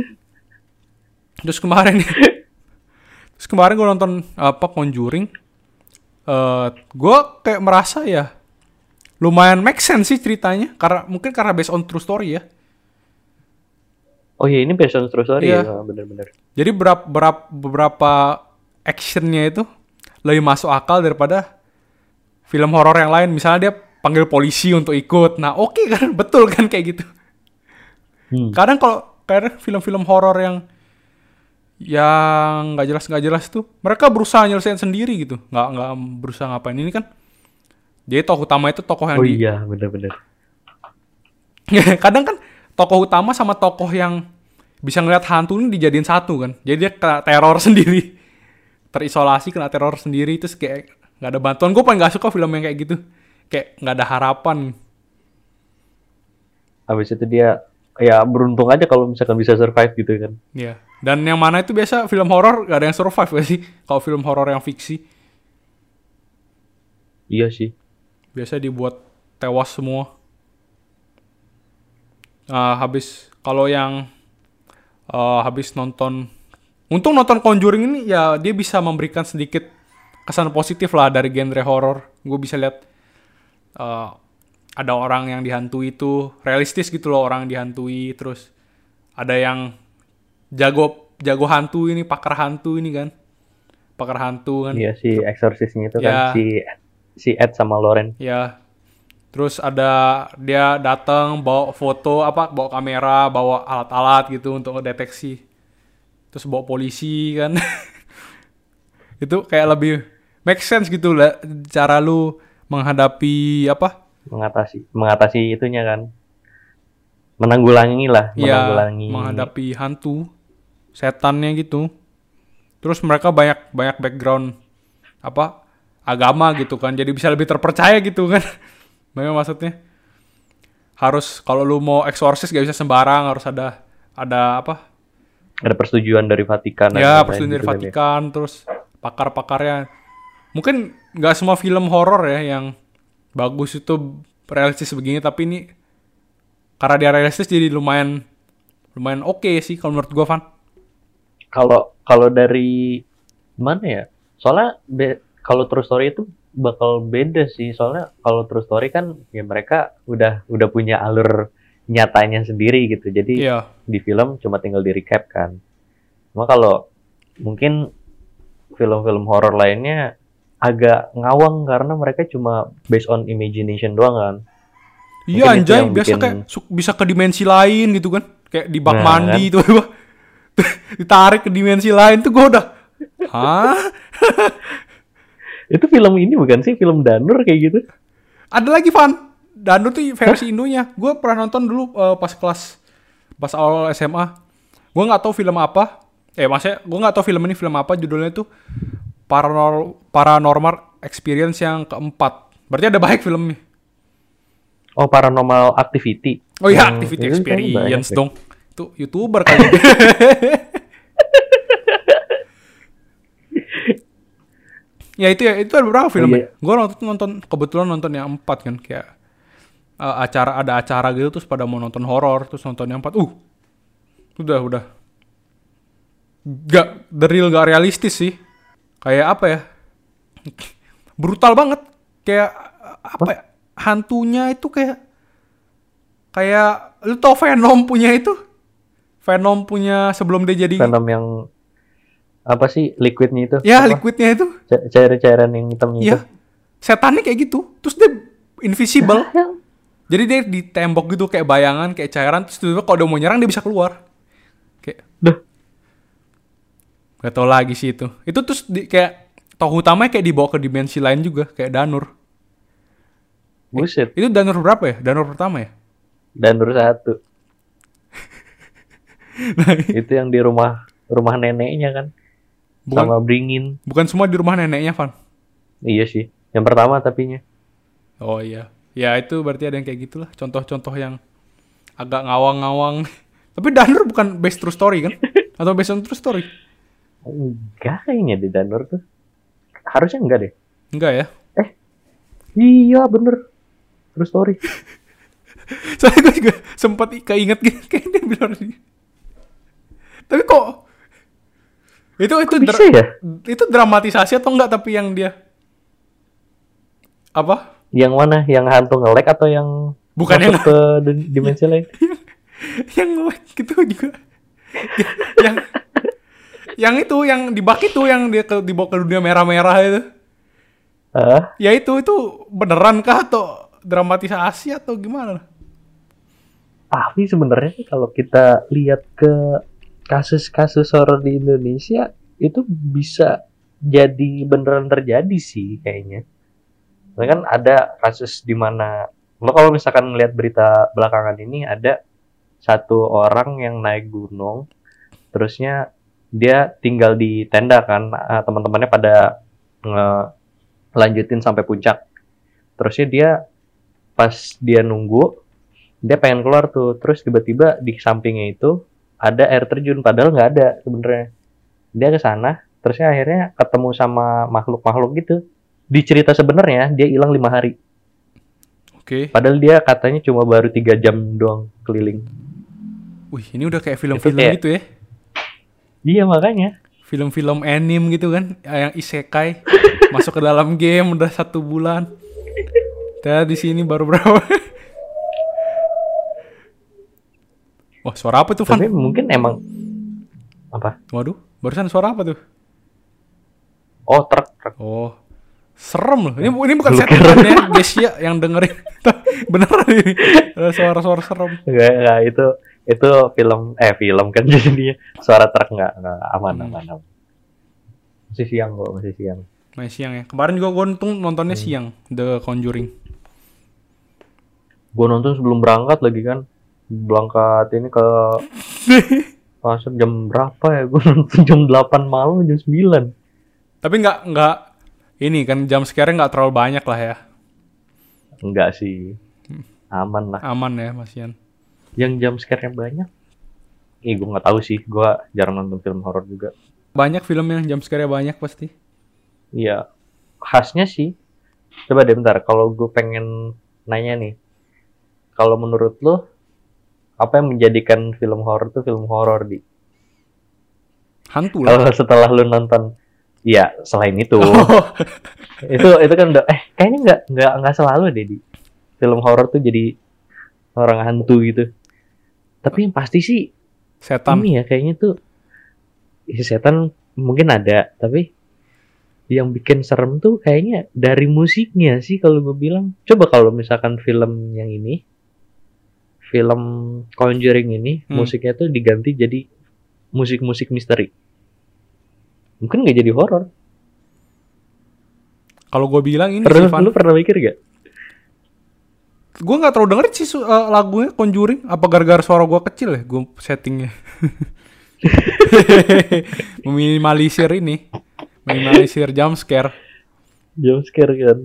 [SPEAKER 3] Terus kemarin Terus kemarin gue nonton apa Conjuring. Uh, gue kayak merasa ya lumayan make sense sih ceritanya. Karena mungkin karena based on true story ya.
[SPEAKER 2] Oh iya ini based on true story
[SPEAKER 3] iya.
[SPEAKER 2] ya bener-bener.
[SPEAKER 3] Jadi berapa, berapa, beberapa actionnya itu lebih masuk akal daripada film horor yang lain. Misalnya dia panggil polisi untuk ikut. Nah oke okay kan, betul kan kayak gitu. Hmm. Kadang kalau kadang film-film horor yang yang nggak jelas nggak jelas tuh, mereka berusaha nyelesain sendiri gitu. Nggak nggak berusaha ngapain. Ini kan, jadi tokoh utama itu tokoh yang
[SPEAKER 2] oh
[SPEAKER 3] di.
[SPEAKER 2] Oh iya benar-benar.
[SPEAKER 3] Kadang kan tokoh utama sama tokoh yang bisa ngeliat hantu ini dijadiin satu kan. Jadi dia kena teror sendiri. Terisolasi, kena teror sendiri, terus kayak nggak ada bantuan. Gue paling nggak suka film yang kayak gitu, kayak nggak ada harapan.
[SPEAKER 2] Habis itu dia ya beruntung aja kalau misalkan bisa survive gitu kan.
[SPEAKER 3] Iya. Dan yang mana itu biasa film horor gak ada yang survive gak sih? Kalau film horor yang fiksi.
[SPEAKER 2] Iya sih.
[SPEAKER 3] Biasa dibuat tewas semua. Nah, habis kalau yang uh, habis nonton. Untung nonton Conjuring ini ya dia bisa memberikan sedikit kesan positif lah dari genre horor. Gue bisa lihat uh, ada orang yang dihantui itu realistis gitu loh, orang yang dihantui, terus ada yang jago jago hantu ini, pakar hantu ini kan. Pakar hantu kan.
[SPEAKER 2] Iya si exorcisnya itu
[SPEAKER 3] ya.
[SPEAKER 2] kan si si Ed sama Lauren.
[SPEAKER 3] Ya. Terus ada dia datang bawa foto apa, bawa kamera, bawa alat-alat gitu untuk ngedeteksi. Terus bawa polisi kan. Itu kayak lebih make sense gitu lah cara lu menghadapi apa?
[SPEAKER 2] Mengatasi mengatasi itunya kan. Menanggulangi lah,
[SPEAKER 3] ya,
[SPEAKER 2] menanggulangi
[SPEAKER 3] menghadapi hantu, setannya gitu. Terus mereka banyak banyak background apa? Agama gitu kan. Jadi bisa lebih terpercaya gitu kan. Memang maksudnya harus kalau lu mau eksorsis gak bisa sembarang, harus ada ada apa?
[SPEAKER 2] Ada persetujuan dari Vatikan.
[SPEAKER 3] Ya, persetujuan dari gitu Vatikan, ya. Terus pakar-pakarnya. Mungkin nggak semua film horor ya yang bagus itu realistis begini, tapi ini karena dia realistis jadi lumayan lumayan oke okay sih kalau menurut gua, Van.
[SPEAKER 2] Kalau kalau dari mana ya? Soalnya be, kalau true story itu bakal beda sih. Soalnya kalau true story kan ya mereka udah udah punya alur nyatanya sendiri gitu. Jadi yeah. di film cuma tinggal di recap kan. Cuma kalau mungkin film-film horor lainnya agak ngawang karena mereka cuma based on imagination doang kan.
[SPEAKER 3] Iya anjay, biasa bikin... kayak bisa ke dimensi lain gitu kan. Kayak di bak nah, mandi kan? Tuh ditarik ke dimensi lain tuh gue udah hah?
[SPEAKER 2] Itu film ini bukan sih? Film Danur kayak gitu?
[SPEAKER 3] Ada lagi, Van. Danur tuh versi Indonya. Gue pernah nonton dulu uh, pas kelas pas awal S M A. Gue nggak tahu film apa. Eh maksudnya gue nggak tahu film ini film apa. Judulnya tuh Paranor- Paranormal Experience yang keempat. Berarti ada baik filmnya.
[SPEAKER 2] Oh, Paranormal Activity.
[SPEAKER 3] Oh iya, hmm, Activity Experience kan dong. Itu YouTuber kali. Ya itu ya itu ada berapa filmnya? Oh, iya. Gue nonton nonton kebetulan nonton yang empat kan kayak uh, acara ada acara gitu terus pada mau nonton horor terus nonton yang empat. Uh, udah udah. Gak the real gak realistis sih. Kayak apa ya? Brutal banget. Kayak apa ya? Hantunya itu kayak kayak lu tau Venom punya itu? Venom punya sebelum dia jadi
[SPEAKER 2] Venom yang apa sih liquidnya itu?
[SPEAKER 3] Ya,
[SPEAKER 2] apa?
[SPEAKER 3] liquidnya itu.
[SPEAKER 2] C- cairan-cairan yang hitamnya
[SPEAKER 3] Iya.
[SPEAKER 2] itu.
[SPEAKER 3] Setannya kayak gitu. Terus dia invisible.
[SPEAKER 2] Ya, ya.
[SPEAKER 3] Jadi dia di tembok gitu kayak bayangan, kayak cairan. Terus tiba-tiba kalau udah mau nyerang dia bisa keluar. Kayak
[SPEAKER 2] Duh.
[SPEAKER 3] Gak tau lagi sih itu. Itu terus di, kayak tokoh utamanya kayak dibawa ke dimensi lain juga, kayak Danur.
[SPEAKER 2] Buset.
[SPEAKER 3] Eh, itu Danur berapa ya? Danur pertama ya?
[SPEAKER 2] Danur satu.
[SPEAKER 3] Nah,
[SPEAKER 2] itu yang di rumah rumah neneknya kan.
[SPEAKER 3] Bukan,
[SPEAKER 2] sama Bringin.
[SPEAKER 3] Bukan semua di rumah neneknya, Van.
[SPEAKER 2] Iya sih. Yang pertama tapinya.
[SPEAKER 3] Oh iya. Ya itu berarti ada yang kayak gitulah. Contoh-contoh yang agak ngawang-ngawang. Tapi Danur bukan based true story kan? Atau based on true story?
[SPEAKER 2] Enggak kayaknya di Danur tuh. Harusnya enggak deh.
[SPEAKER 3] Enggak ya?
[SPEAKER 2] Eh. Iya bener. True story.
[SPEAKER 3] Soalnya gue juga sempat keinget gitu. Kayak dia bilang ini. Tapi kok itu itu
[SPEAKER 2] bisa
[SPEAKER 3] dra-
[SPEAKER 2] ya?
[SPEAKER 3] Itu dramatisasi atau enggak tapi yang dia apa?
[SPEAKER 2] Yang mana? Yang hantu nge-lag atau yang
[SPEAKER 3] bukan
[SPEAKER 2] masuk
[SPEAKER 3] yang
[SPEAKER 2] ke dimensi lain?
[SPEAKER 3] Yang nge-lag gitu juga. yang yang itu yang di bak itu yang dia ke dibawa ke dunia merah-merah itu.
[SPEAKER 2] Uh?
[SPEAKER 3] Ya itu itu beneran kah atau dramatisasi atau gimana?
[SPEAKER 2] Tapi sebenarnya kalau kita lihat ke kasus-kasus horor di Indonesia itu bisa jadi beneran terjadi sih kayaknya. Nah, kan ada kasus di mana lo kalau misalkan lihat berita belakangan ini ada satu orang yang naik gunung, terusnya dia tinggal di tenda kan, teman-temannya pada ngelanjutin sampai puncak. Terusnya dia pas dia nunggu, dia pengen keluar tuh, terus tiba-tiba di sampingnya itu ada air terjun, padahal nggak ada sebenarnya. Dia ke sana, terusnya akhirnya ketemu sama makhluk-makhluk gitu. Di cerita sebenarnya dia hilang lima hari.
[SPEAKER 3] Oke. Okay.
[SPEAKER 2] Padahal dia katanya cuma baru tiga jam doang keliling.
[SPEAKER 3] Wih, ini udah kayak film-film
[SPEAKER 2] kayak,
[SPEAKER 3] gitu ya?
[SPEAKER 2] Iya makanya.
[SPEAKER 3] Film-film anime gitu kan, yang isekai masuk ke dalam game udah satu bulan. Ternyata di sini baru berapa? Wah, suara apa tuh, Van?
[SPEAKER 2] Tapi mungkin emang apa?
[SPEAKER 3] Waduh, barusan suara apa tuh?
[SPEAKER 2] Oh, truk, truk.
[SPEAKER 3] Oh, serem loh. Ini ini bukan settingan ya, guys ya, yang dengerin. Beneran ini. Ada suara-suara serem.
[SPEAKER 2] Enggak, enggak, itu itu film eh film kan jadinya suara truk enggak, enggak aman, hmm. aman, aman. Masih siang kok, masih siang.
[SPEAKER 3] Masih siang ya. Kemarin juga gue nonton nontonnya hmm. siang, The Conjuring.
[SPEAKER 2] Gue nonton sebelum berangkat lagi kan. Berangkat ini ke pasar jam berapa ya? Gue nonton jam delapan malam, jam sembilan.
[SPEAKER 3] Tapi nggak nggak ini kan jam sekarang nggak terlalu banyak lah ya?
[SPEAKER 2] Enggak sih, aman lah.
[SPEAKER 3] Aman ya, Masian.
[SPEAKER 2] Yang jam scare-nya banyak? Ih, gue nggak tahu sih. Gue jarang nonton film horor juga.
[SPEAKER 3] Banyak film yang jam scare-nya banyak pasti.
[SPEAKER 2] Iya, khasnya sih. Coba deh bentar. Kalau gue pengen nanya nih, kalau menurut lo apa yang menjadikan film horor tuh film horor di?
[SPEAKER 3] Hantu lah.
[SPEAKER 2] Kalau setelah lu nonton, iya selain itu, oh. itu itu kan udah, eh kayaknya nggak nggak nggak selalu deh di film horor tuh jadi orang hantu gitu. Tapi yang pasti sih
[SPEAKER 3] setan.
[SPEAKER 2] Ini ya kayaknya tuh ya, setan mungkin ada, tapi yang bikin serem tuh kayaknya dari musiknya sih kalau gue bilang. Coba kalau misalkan film yang ini, film Conjuring ini, hmm. musiknya tuh diganti jadi musik-musik misteri. Mungkin nggak jadi horor.
[SPEAKER 3] Kalau gue bilang ini
[SPEAKER 2] pernah,
[SPEAKER 3] sih, Van.
[SPEAKER 2] Lu pernah mikir gak?
[SPEAKER 3] Gue nggak terlalu dengerin sih uh, lagunya Conjuring. Apa gara-gara suara gue kecil ya? Gue settingnya. Meminimalisir ini. Meminimalisir jump scare.
[SPEAKER 2] Jump scare kan.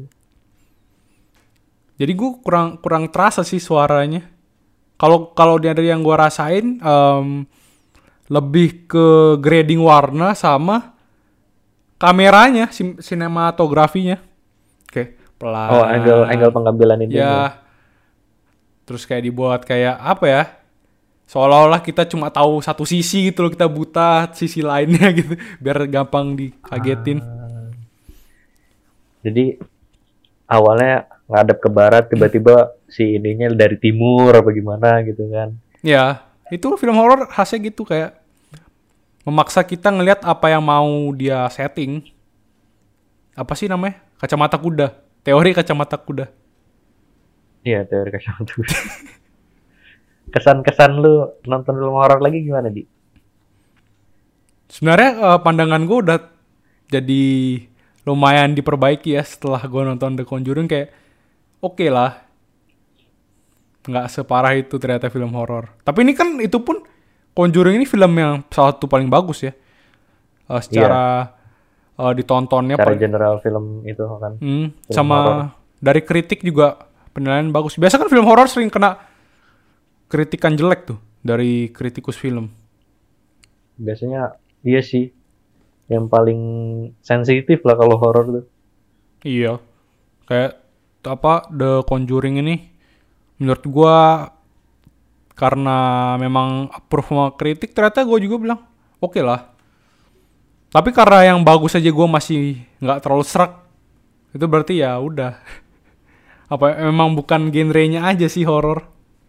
[SPEAKER 3] Jadi gue kurang kurang terasa sih suaranya. Kalau kalau dari yang gue rasain um, lebih ke grading warna sama kameranya, sim- sinematografinya. Oke, pelan.
[SPEAKER 2] Oh, angle angle pengambilan ini.
[SPEAKER 3] Ya. Terus kayak dibuat kayak apa ya? Seolah-olah kita cuma tahu satu sisi gitu loh, kita buta sisi lainnya gitu, biar gampang dikagetin.
[SPEAKER 2] Ah. Jadi awalnya ngadep ke barat, tiba-tiba si ininya dari timur apa gimana gitu kan.
[SPEAKER 3] Ya, itu film horor khasnya gitu, kayak memaksa kita ngelihat apa yang mau dia setting. Apa sih namanya? Kacamata kuda. Teori kacamata kuda.
[SPEAKER 2] Iya, teori kacamata kuda. Kesan-kesan lu nonton film horor lagi gimana, Di?
[SPEAKER 3] Sebenarnya uh, pandangan gue udah jadi lumayan diperbaiki ya setelah gue nonton The Conjuring, kayak oke okay lah. Nggak separah itu ternyata film horor. Tapi ini kan itu pun Conjuring ini film yang salah satu paling bagus ya. Uh, secara yeah. uh, ditontonnya.
[SPEAKER 2] Secara
[SPEAKER 3] paling,
[SPEAKER 2] general film itu kan.
[SPEAKER 3] Hmm,
[SPEAKER 2] film
[SPEAKER 3] sama horror. Dari kritik juga penilaian bagus. Biasa kan film horor sering kena kritikan jelek tuh dari kritikus film.
[SPEAKER 2] Biasanya iya sih. Yang paling sensitif lah kalau horor tuh.
[SPEAKER 3] Iya. Kayak apa The Conjuring ini menurut gua karena memang approve sama kritik, ternyata gue juga bilang oke okay lah. Tapi karena yang bagus aja gue masih nggak terlalu serak, itu berarti ya udah. Apa memang bukan genrenya aja sih horor?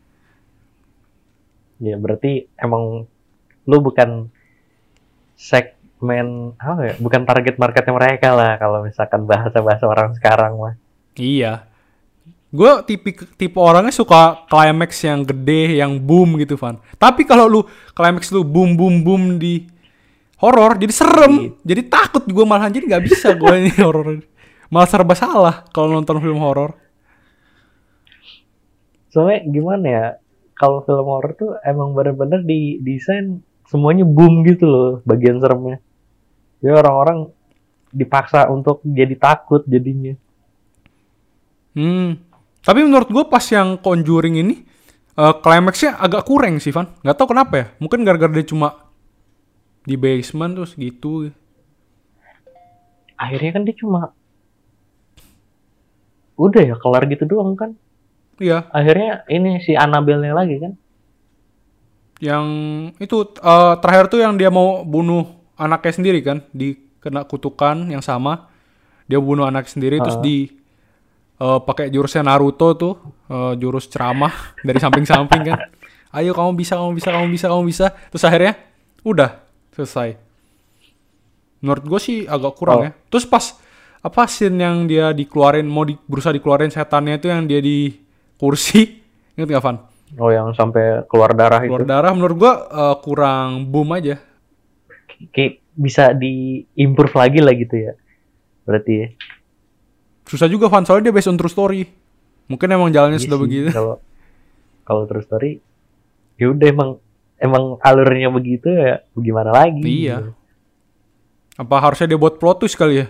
[SPEAKER 2] Ya berarti emang lu bukan segmen apa ya? Bukan target marketnya mereka lah kalau misalkan bahasa-bahasa orang sekarang mah.
[SPEAKER 3] Iya. Gue tipe tipe orangnya suka climax yang gede, yang boom gitu, Van. Tapi kalau lu climax lu boom boom boom di horor, jadi serem, iya. Jadi takut gue malahan, jadi nggak bisa gue ini horor. Malah serba salah kalau nonton film horor.
[SPEAKER 2] Soalnya gimana ya? Kalau film horor tuh emang benar-benar di desain semuanya boom gitu loh, bagian seremnya. Ya orang-orang dipaksa untuk jadi takut jadinya.
[SPEAKER 3] Hmm. Tapi menurut gue pas yang Conjuring ini uh, climaxnya agak kurang sih, Van. Gak tau kenapa ya. Mungkin gara-gara dia cuma di basement terus gitu.
[SPEAKER 2] Akhirnya kan dia cuma udah ya kelar gitu doang kan.
[SPEAKER 3] Iya.
[SPEAKER 2] Akhirnya ini si Annabelle-nya lagi kan.
[SPEAKER 3] Yang itu uh, terakhir tuh yang dia mau bunuh anaknya sendiri kan. Dikena kutukan yang sama. Dia bunuh anaknya sendiri uh. terus di Uh, pakai jurusnya Naruto tuh, uh, jurus ceramah dari samping-samping kan. Ayo kamu bisa, kamu bisa, kamu bisa, kamu bisa. Terus akhirnya udah selesai. Menurut gue sih agak kurang oh. ya. Terus pas apa scene yang dia dikeluarin, mau di, berusaha dikeluarin setannya itu yang dia di kursi, inget gak, Van?
[SPEAKER 2] Oh, yang sampai keluar darah
[SPEAKER 3] keluar
[SPEAKER 2] itu.
[SPEAKER 3] Keluar darah menurut gue uh, kurang boom aja.
[SPEAKER 2] Kayak bisa di-improve lagi lah gitu ya. Berarti ya.
[SPEAKER 3] Susah juga, Van, soalnya dia based on true story. Mungkin emang jalannya
[SPEAKER 2] iya
[SPEAKER 3] sudah
[SPEAKER 2] sih,
[SPEAKER 3] begitu.
[SPEAKER 2] Kalau kalau true story, ya udah emang emang alurnya begitu ya, gimana lagi?
[SPEAKER 3] Iya.
[SPEAKER 2] Gitu.
[SPEAKER 3] Apa harusnya dia buat plot twist kali ya?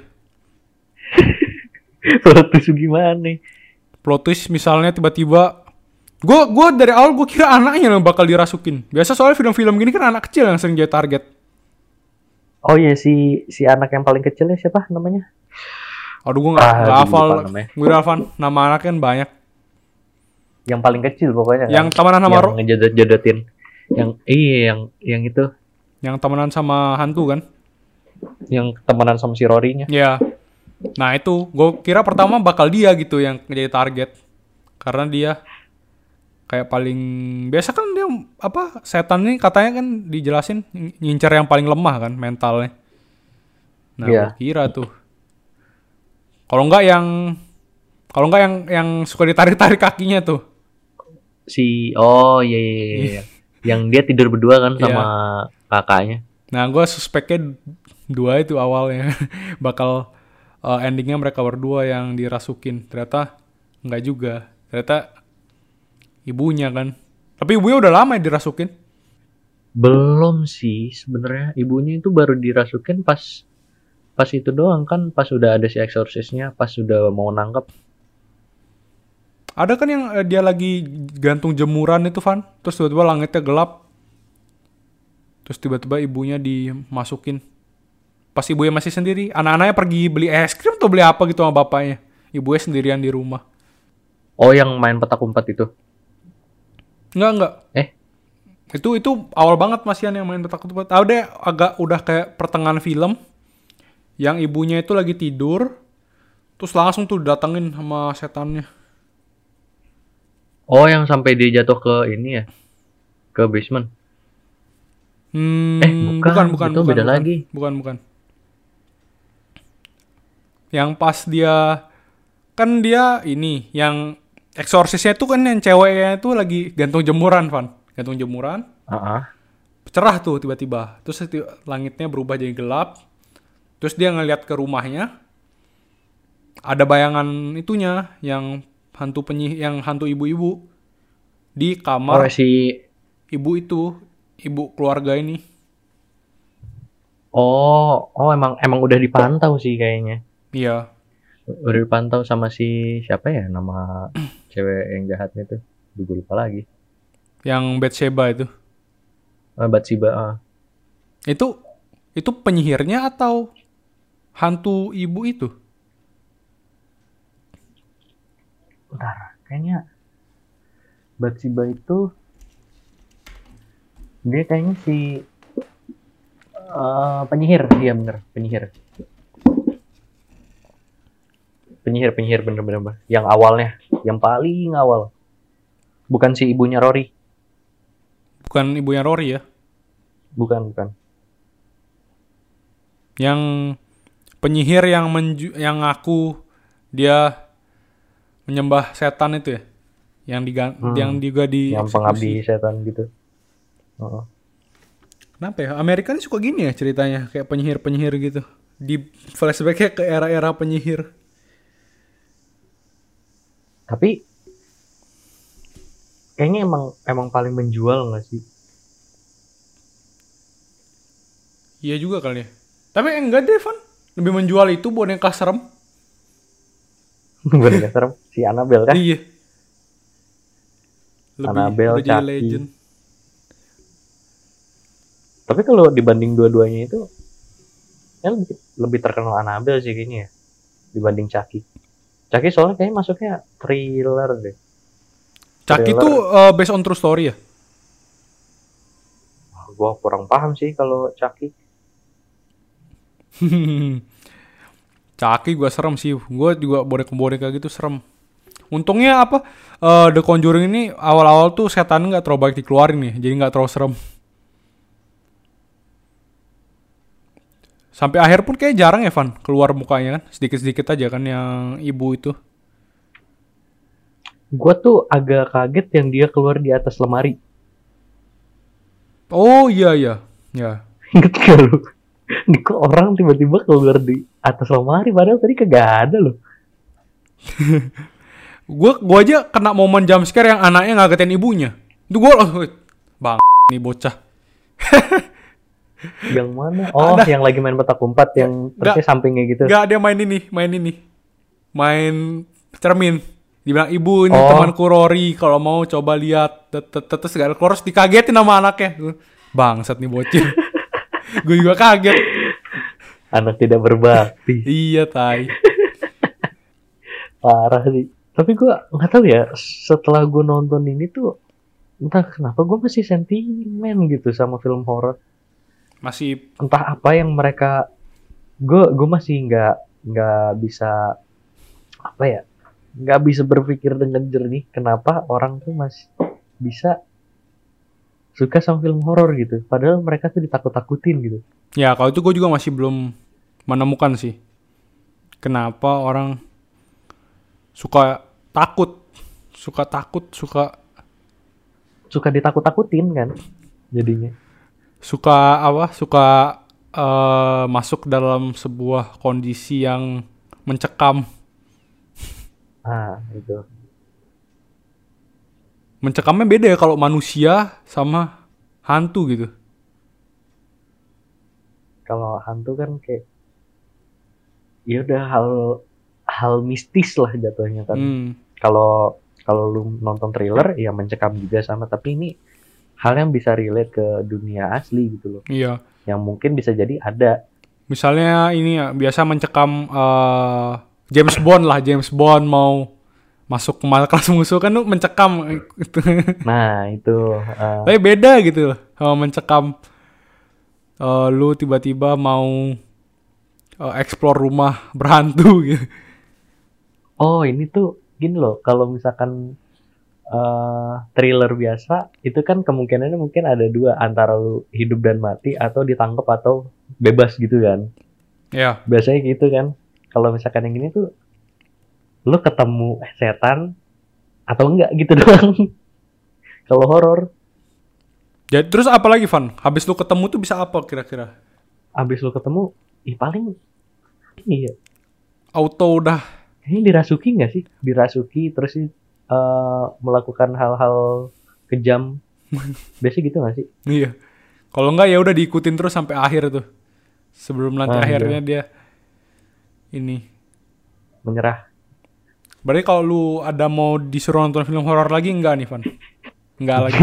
[SPEAKER 2] Plot twist gimana?
[SPEAKER 3] Plot twist misalnya tiba-tiba, gue gue dari awal gue kira anaknya yang bakal dirasukin. Biasa soalnya film-film gini kan anak kecil yang sering jadi target.
[SPEAKER 2] Oh iya, si si anak yang paling kecilnya siapa namanya?
[SPEAKER 3] Aduh gue gak, ah, gak hafal, gue udah hafal nama anaknya kan banyak.
[SPEAKER 2] Yang paling kecil pokoknya kan?
[SPEAKER 3] Yang temenan sama
[SPEAKER 2] Yang ngejodot-jodotin. Yang, iya yang yang itu.
[SPEAKER 3] Yang temenan sama hantu kan?
[SPEAKER 2] Yang temenan sama si Rory-nya.
[SPEAKER 3] Iya. Nah itu, gue kira pertama bakal dia gitu yang jadi target. Karena dia kayak paling, biasa kan dia, apa, setan ini katanya kan dijelasin ngincar yang paling lemah kan, mentalnya. Nah yeah. gue kira tuh. Kalau enggak yang kalau enggak yang yang suka ditarik-tarik kakinya tuh.
[SPEAKER 2] Si oh iya iya iya. Yang dia tidur berdua kan sama yeah. kakaknya.
[SPEAKER 3] Nah, gue suspeknya dua itu awalnya bakal uh, endingnya mereka berdua yang dirasukin. Ternyata enggak juga. Ternyata ibunya kan. Tapi ibunya udah lama ya dirasukin.
[SPEAKER 2] Belum sih sebenarnya. Ibunya itu baru dirasukin pas Pas itu doang kan, pas udah ada si eksorsisnya, pas udah mau nangkep.
[SPEAKER 3] Ada kan yang uh, dia lagi gantung jemuran itu, Van. Terus tiba-tiba langitnya gelap. Terus tiba-tiba ibunya dimasukin. Pas ibunya masih sendiri, anak-anaknya pergi beli es krim atau beli apa gitu sama bapaknya. Ibunya sendirian di rumah.
[SPEAKER 2] Oh, yang main petak umpet itu?
[SPEAKER 3] Enggak, enggak.
[SPEAKER 2] Eh?
[SPEAKER 3] Itu itu awal banget Masian yang main petak umpet. Ah, udah agak udah kayak pertengahan film. Yang ibunya itu lagi tidur, Terus langsung tuh datengin sama setannya.
[SPEAKER 2] Oh, yang sampai dia jatuh ke ini ya, ke basement.
[SPEAKER 3] Hmm,
[SPEAKER 2] Eh, bukan,
[SPEAKER 3] bukan, bukan,
[SPEAKER 2] itu
[SPEAKER 3] bukan,
[SPEAKER 2] beda
[SPEAKER 3] bukan,
[SPEAKER 2] lagi.
[SPEAKER 3] Bukan, bukan. Yang pas dia, kan dia ini, yang eksorsisnya tuh kan yang ceweknya tuh lagi gantung jemuran, Van. Gantung jemuran.
[SPEAKER 2] Uh-uh.
[SPEAKER 3] Cerah tuh tiba-tiba. Terus langitnya berubah jadi gelap. Terus dia ngeliat ke rumahnya. Ada bayangan itunya yang hantu penyih yang hantu ibu-ibu di kamar
[SPEAKER 2] Oh, si
[SPEAKER 3] ibu itu, ibu keluarga ini.
[SPEAKER 2] Oh, oh emang emang udah dipantau sih kayaknya.
[SPEAKER 3] Iya.
[SPEAKER 2] Udah dipantau sama si siapa ya nama cewek yang jahatnya itu. Gue lupa lagi.
[SPEAKER 3] Yang Bathsheba itu.
[SPEAKER 2] Ah, Bathsheba. Ah.
[SPEAKER 3] Itu itu penyihirnya atau hantu ibu itu?
[SPEAKER 2] Bentar, kayaknya Bathsheba itu dia kayaknya si uh, penyihir, dia bener penyihir. Penyihir, penyihir bener-bener. Yang awalnya, yang paling awal. Bukan si ibunya Rory.
[SPEAKER 3] Bukan ibunya Rory ya?
[SPEAKER 2] Bukan, bukan.
[SPEAKER 3] Yang penyihir yang menju- yang ngaku dia menyembah setan itu ya? Yang digan- hmm. yang juga di
[SPEAKER 2] yang pengabdi setan gitu. Uh-uh.
[SPEAKER 3] Kenapa ya? Amerika ini suka gini ya ceritanya, kayak penyihir-penyihir gitu. Di flashback-nya ke era-era penyihir.
[SPEAKER 2] Tapi kayaknya emang emang paling menjual nggak sih?
[SPEAKER 3] Iya juga kali ya. Tapi enggak deh, Van. Lebih menjual itu boneka serem.
[SPEAKER 2] Boneka serem si Annabelle kan?
[SPEAKER 3] Iya. Lebih
[SPEAKER 2] Annabelle,
[SPEAKER 3] udah jadi
[SPEAKER 2] Chucky.
[SPEAKER 3] legend.
[SPEAKER 2] Tapi kalau dibanding dua-duanya itu, ya lebih, lebih terkenal Annabelle sih kayaknya ya, dibanding Chucky. Chucky soalnya kayaknya masuknya thriller deh.
[SPEAKER 3] Chucky tuh uh, based on true story ya?
[SPEAKER 2] Gua kurang paham sih kalau Chucky.
[SPEAKER 3] Chucky gua serem sih. Gua juga boneka-boneka gitu serem. Untungnya apa? Uh, The Conjuring ini awal-awal tuh setan nggak terlalu baik dikeluarin nih, jadi nggak terlalu serem. Sampai akhir pun kayak jarang ya, Van, keluar mukanya kan, sedikit-sedikit aja kan yang ibu itu.
[SPEAKER 2] Gua tuh agak kaget yang dia keluar di atas lemari.
[SPEAKER 3] Oh iya iya, ya.
[SPEAKER 2] Ingat gak lu? Kok orang tiba-tiba keluar di atas lemari padahal tadi kagak ada loh.
[SPEAKER 3] Gue gue aja kena momen jump scare yang anaknya ngagetin ibunya. Itu gue loh, bang nih bocah.
[SPEAKER 2] Yang mana? Oh, ada. Yang lagi main petak umpet yang terusnya sampingnya gitu.
[SPEAKER 3] Gak, dia main ini, main ini, main cermin. Dibilang ibu ini oh. temanku Rory, kalau mau coba lihat. Terus gak terus dikagetin sama anaknya. Bangsat nih bocil. Gue juga kaget.
[SPEAKER 2] Anak tidak berbakti.
[SPEAKER 3] Iya tai.
[SPEAKER 2] Parah sih. Tapi gue nggak tahu ya. Setelah gue nonton ini tuh, entah kenapa gue masih sentimen gitu sama film horor.
[SPEAKER 3] Masih.
[SPEAKER 2] Entah apa yang mereka. Gue gue masih nggak nggak bisa apa ya. Nggak bisa berpikir dengan jernih. Kenapa orang tuh masih bisa suka sama film horor gitu. Padahal mereka tuh ditakut-takutin gitu.
[SPEAKER 3] Ya kalau itu gue juga masih belum menemukan sih. Kenapa orang suka takut, suka takut, suka
[SPEAKER 2] suka ditakut-takutin kan, jadinya.
[SPEAKER 3] Suka apa? Suka uh, masuk dalam sebuah kondisi yang mencekam.
[SPEAKER 2] Ah itu.
[SPEAKER 3] Mencekamnya beda ya kalau manusia sama hantu gitu.
[SPEAKER 2] Kalau hantu kan kayak, ya udah hal hal mistis lah jatuhnya kan. Kalau hmm. kalau lu nonton thriller ya mencekam juga sama, tapi ini hal yang bisa relate ke dunia asli gitu loh.
[SPEAKER 3] Iya.
[SPEAKER 2] Yang mungkin bisa jadi ada.
[SPEAKER 3] Misalnya ini ya biasa mencekam uh, James Bond lah, James Bond mau masuk ke markas musuh kan lu mencekam.
[SPEAKER 2] Nah itu. Uh...
[SPEAKER 3] Tapi beda gitu loh sama mencekam. Uh, lu tiba-tiba mau uh, explore rumah berhantu gitu.
[SPEAKER 2] oh ini tuh gini loh, kalau misalkan uh, thriller biasa itu kan kemungkinannya mungkin ada dua, antara lu hidup dan mati atau ditangkap atau bebas gitu kan.
[SPEAKER 3] Iya.
[SPEAKER 2] Biasanya gitu kan. Kalau misalkan yang gini tuh lu ketemu setan atau enggak gitu doang. Kalau horor.
[SPEAKER 3] Jadi terus apa lagi, Van? Habis lu ketemu tuh bisa apa kira-kira?
[SPEAKER 2] Habis lu ketemu, ih paling iya.
[SPEAKER 3] Auto udah.
[SPEAKER 2] Ini dirasuki nggak sih? Dirasuki terus uh, melakukan hal-hal kejam. Biasanya gitu nggak sih?
[SPEAKER 3] Iya. Kalau enggak ya udah diikutin terus sampai akhir tuh. Sebelum nanti
[SPEAKER 2] ah,
[SPEAKER 3] akhirnya
[SPEAKER 2] iya.
[SPEAKER 3] dia ini
[SPEAKER 2] menyerah.
[SPEAKER 3] Berarti kalau lu ada mau disuruh nonton film horor lagi enggak nih, Van? Enggak lagi.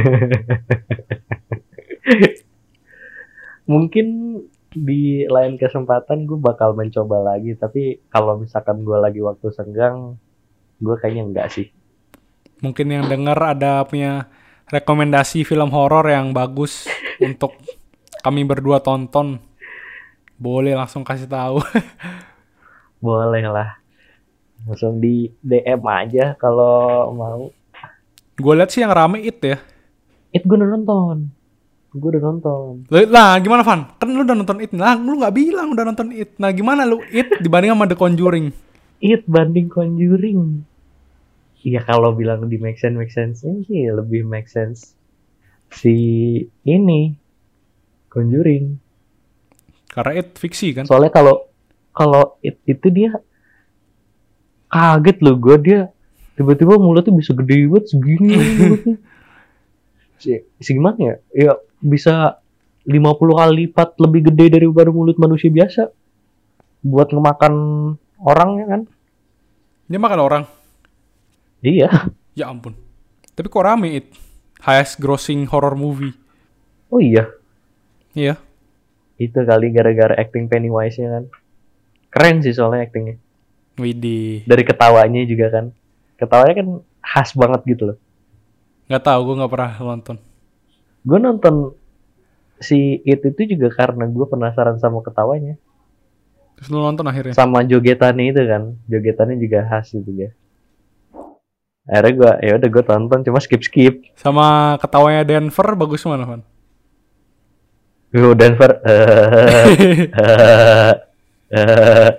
[SPEAKER 2] Mungkin di lain kesempatan gue bakal mencoba lagi, tapi kalau misalkan gue lagi waktu senggang, gue kayaknya enggak sih.
[SPEAKER 3] Mungkin yang denger ada punya rekomendasi film horor yang bagus untuk kami berdua tonton, boleh langsung kasih tahu.
[SPEAKER 2] Boleh lah, langsung di D M aja kalau mau.
[SPEAKER 3] Gue liat sih yang rame It ya.
[SPEAKER 2] It gue udah nonton. Gue udah nonton.
[SPEAKER 3] Lah gimana, Van? Kan lu udah nonton It. Lah lu gak bilang udah nonton It. Nah gimana lu It dibanding sama The Conjuring?
[SPEAKER 2] It banding Conjuring. Iya kalau bilang di make sense make sense ini sih lebih make sense si ini Conjuring.
[SPEAKER 3] Karena It fiksi kan.
[SPEAKER 2] Soalnya kalau kalau It itu dia kaget loh gue, dia tiba-tiba mulutnya bisa gede banget segini mulutnya. Si, si gimana ya? Ya bisa lima puluh kali lipat lebih gede daripada mulut manusia biasa. Buat ngemakan orang ya kan?
[SPEAKER 3] Dia makan orang?
[SPEAKER 2] Iya.
[SPEAKER 3] Ya ampun. Tapi kok rame It? Highest grossing horror movie.
[SPEAKER 2] Oh iya?
[SPEAKER 3] Iya.
[SPEAKER 2] Itu kali gara-gara acting Pennywise-nya kan. Keren sih soalnya actingnya.
[SPEAKER 3] Widih.
[SPEAKER 2] Dari ketawanya juga kan. Ketawanya kan khas banget gitu loh.
[SPEAKER 3] Gak tau, gue gak pernah nonton.
[SPEAKER 2] Gue nonton si It itu juga karena gue penasaran sama ketawanya.
[SPEAKER 3] Terus lu nonton akhirnya?
[SPEAKER 2] Sama jogetannya itu kan. Jogetannya juga khas gitu ya. Akhirnya gue, ya udah gue tonton cuma skip-skip.
[SPEAKER 3] Sama ketawanya Denver bagus mana, Van?
[SPEAKER 2] Yo Denver. Uh, uh, uh.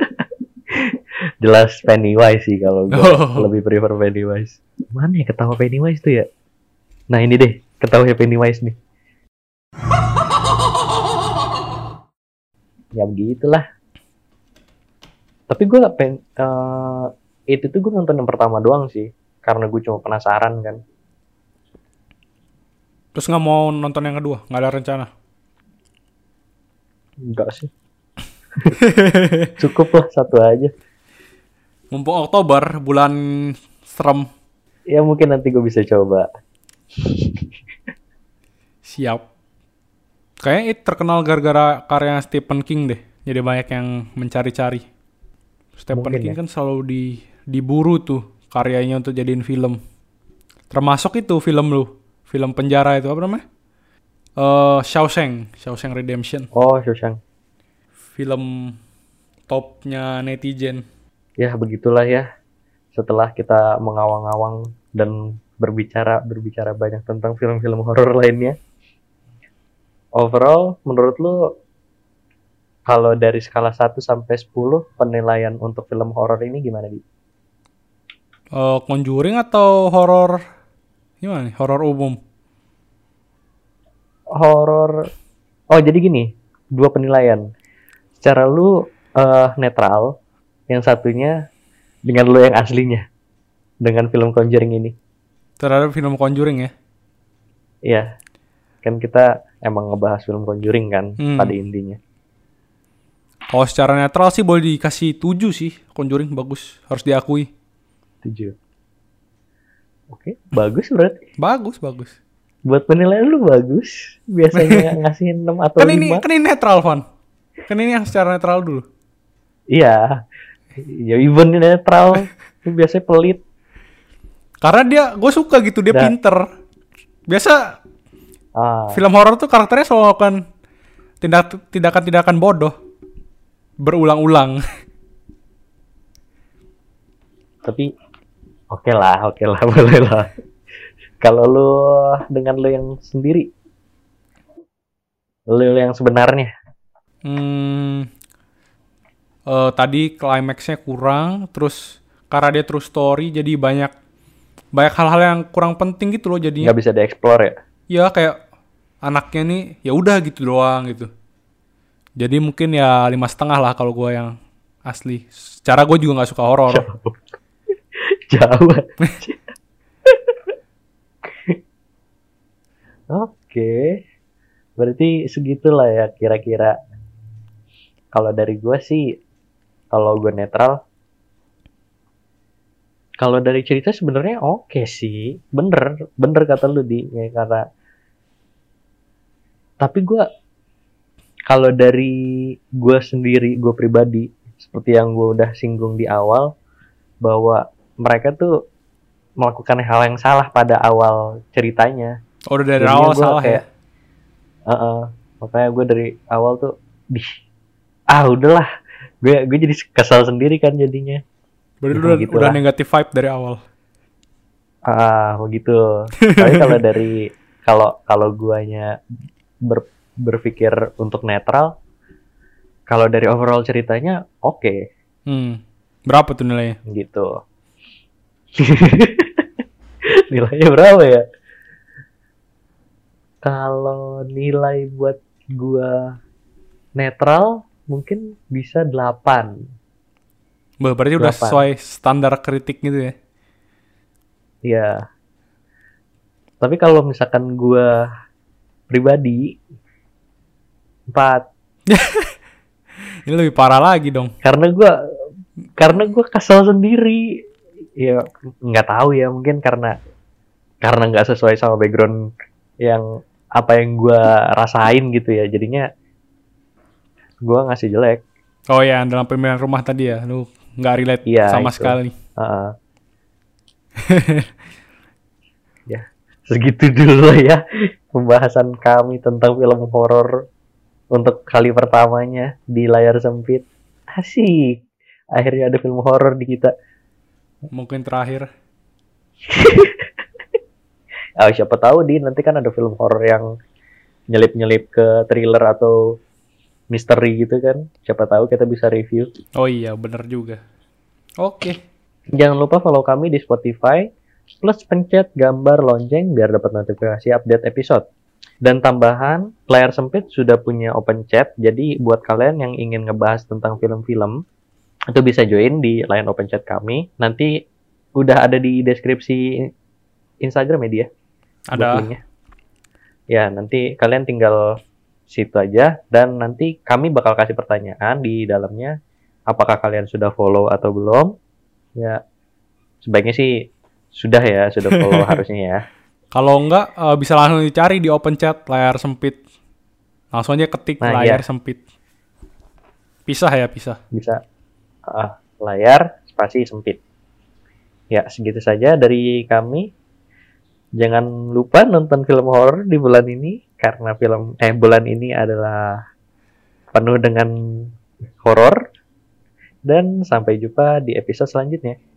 [SPEAKER 2] Jelas Pennywise sih kalau gue oh. lebih prefer Pennywise. Mana ya ketawa Pennywise tuh ya? Nah ini deh ketawanya Pennywise nih. Ya begitulah. Tapi gue pen uh, itu tuh gue nonton yang pertama doang sih, karena gue cuma penasaran kan.
[SPEAKER 3] Terus nggak mau nonton yang kedua? Nggak ada rencana?
[SPEAKER 2] Enggak sih. Cukup lah satu aja.
[SPEAKER 3] Mumpung Oktober, bulan serem.
[SPEAKER 2] Ya mungkin nanti gue bisa coba.
[SPEAKER 3] Siap. Kayaknya It terkenal gara-gara karya Stephen King deh. Jadi banyak yang mencari-cari. Stephen
[SPEAKER 2] Mungkin
[SPEAKER 3] King
[SPEAKER 2] ya.
[SPEAKER 3] kan selalu di, diburu tuh karyanya untuk jadiin film. Termasuk itu film lu. Film penjara itu apa namanya? Uh, Shawshank. Shawshank Redemption.
[SPEAKER 2] Oh Shawshank.
[SPEAKER 3] Film topnya netizen.
[SPEAKER 2] Ya begitulah ya. Setelah kita mengawang-awang dan berbicara berbicara banyak tentang film-film horor lainnya. Overall, menurut lu kalau dari skala satu sampai sepuluh penilaian untuk film horor ini gimana, Di?
[SPEAKER 3] Uh, Conjuring atau horor gimana nih? Horor umum?
[SPEAKER 2] Horor. Oh, jadi gini, dua penilaian. Secara lu uh, netral, yang satunya dengan lu yang aslinya. Dengan film Conjuring ini.
[SPEAKER 3] Terhadap film Conjuring ya?
[SPEAKER 2] Iya. Kan kita emang ngebahas film Conjuring kan hmm. pada intinya.
[SPEAKER 3] Kalau secara netral sih boleh dikasih tujuh sih. Conjuring bagus, harus diakui.
[SPEAKER 2] tujuh. Oke, bagus berarti.
[SPEAKER 3] Bagus, bagus.
[SPEAKER 2] Buat penilaian lu bagus. Biasanya ngasih enam atau
[SPEAKER 3] kan
[SPEAKER 2] lima.
[SPEAKER 3] Ini, kan ini netral, Van. Kan ini yang secara netral dulu.
[SPEAKER 2] Iya. Ya even netral. Biasanya pelit.
[SPEAKER 3] Karena dia, gue suka gitu, dia nah. pinter. Biasa ah. film horor tuh karakternya selalu melakukan tindak, tindakan-tindakan bodoh. Berulang-ulang.
[SPEAKER 2] Tapi oke lah, oke lah, boleh lah. Kalau lu dengan lu yang sendiri, lu yang sebenarnya.
[SPEAKER 3] Hmm, eh, tadi climax-nya kurang, terus karena dia true story jadi banyak banyak hal-hal yang kurang penting gitu loh jadinya.
[SPEAKER 2] Nggak bisa dieksplor ya?
[SPEAKER 3] Ya kayak anaknya nih ya udah gitu doang gitu. Jadi mungkin ya lima setengah lah kalau gue yang asli. Secara gue juga nggak suka horor.
[SPEAKER 2] Jauh. Oke, berarti segitulah ya kira-kira. Kalau dari gue sih, kalau gue netral. Kalau dari cerita sebenarnya oke sih, bener, bener kata lu di, ya, karena. Tapi gue, kalau dari gue sendiri, gue pribadi, seperti yang gue udah singgung di awal, bahwa mereka tuh melakukan hal yang salah pada awal ceritanya.
[SPEAKER 3] Oh, udah dari
[SPEAKER 2] Jadinya
[SPEAKER 3] awal
[SPEAKER 2] gua
[SPEAKER 3] salah
[SPEAKER 2] kayak,
[SPEAKER 3] ya?
[SPEAKER 2] Uh-uh, makanya gue dari awal tuh, di, ah udahlah, gue gue jadi kesal sendiri kan jadinya.
[SPEAKER 3] Berarti
[SPEAKER 2] Ya,
[SPEAKER 3] udah,
[SPEAKER 2] gitu
[SPEAKER 3] udah
[SPEAKER 2] lah.
[SPEAKER 3] negatif vibe dari awal.
[SPEAKER 2] Ah begitu. Tapi kalau dari kalau kalau guanya ber, berpikir untuk netral, kalau dari overall ceritanya oke.
[SPEAKER 3] Hmm. Berapa tuh nilainya?
[SPEAKER 2] Gitu. Nilainya berapa ya? Kalau nilai buat gua netral mungkin bisa delapan.
[SPEAKER 3] Bah, berarti udah
[SPEAKER 2] delapan.
[SPEAKER 3] sesuai standar kritik gitu ya?
[SPEAKER 2] Iya. Tapi kalau misalkan gua pribadi empat.
[SPEAKER 3] Ini lebih parah lagi dong.
[SPEAKER 2] Karena gua karena gua kesel sendiri. Ya nggak tahu ya, mungkin karena karena nggak sesuai sama background yang apa yang gua rasain gitu ya. Jadinya gua ngasih jelek.
[SPEAKER 3] Oh ya, dalam pemilihan rumah tadi ya, lu nggak relate
[SPEAKER 2] Iya,
[SPEAKER 3] sama
[SPEAKER 2] itu.
[SPEAKER 3] sekali.
[SPEAKER 2] Uh-uh. Ya, segitu dulu ya pembahasan kami tentang film horor untuk kali pertamanya di layar sempit. Asik. Akhirnya ada film horor di kita.
[SPEAKER 3] Mungkin terakhir.
[SPEAKER 2] Oh, siapa tahu di nanti kan ada film horor yang nyelip-nyelip ke thriller atau misteri gitu kan. Siapa tahu kita bisa review.
[SPEAKER 3] Oh iya, bener juga. Oke.
[SPEAKER 2] Jangan lupa follow kami di Spotify, plus pencet gambar lonceng biar dapat notifikasi update episode. Dan tambahan, layar sempit sudah punya open chat, jadi buat kalian yang ingin ngebahas tentang film-film, itu bisa join di line open chat kami. Nanti udah ada di deskripsi Instagram ya dia.
[SPEAKER 3] Ada.
[SPEAKER 2] Linknya. Ya, nanti kalian tinggal situ aja, dan nanti kami bakal kasih pertanyaan di dalamnya. Apakah kalian sudah follow atau belum? Ya, sebaiknya sih sudah ya, sudah follow harusnya ya.
[SPEAKER 3] Kalau enggak, uh, bisa langsung dicari di open chat layar sempit. Langsung aja ketik
[SPEAKER 2] Nah,
[SPEAKER 3] layar
[SPEAKER 2] iya.
[SPEAKER 3] sempit. Pisah ya, pisah.
[SPEAKER 2] Bisa uh, layar spasi sempit. Ya, segitu saja dari kami. Jangan lupa nonton film horor di bulan ini, karena film eh bulan ini adalah penuh dengan horor. Dan sampai jumpa di episode selanjutnya.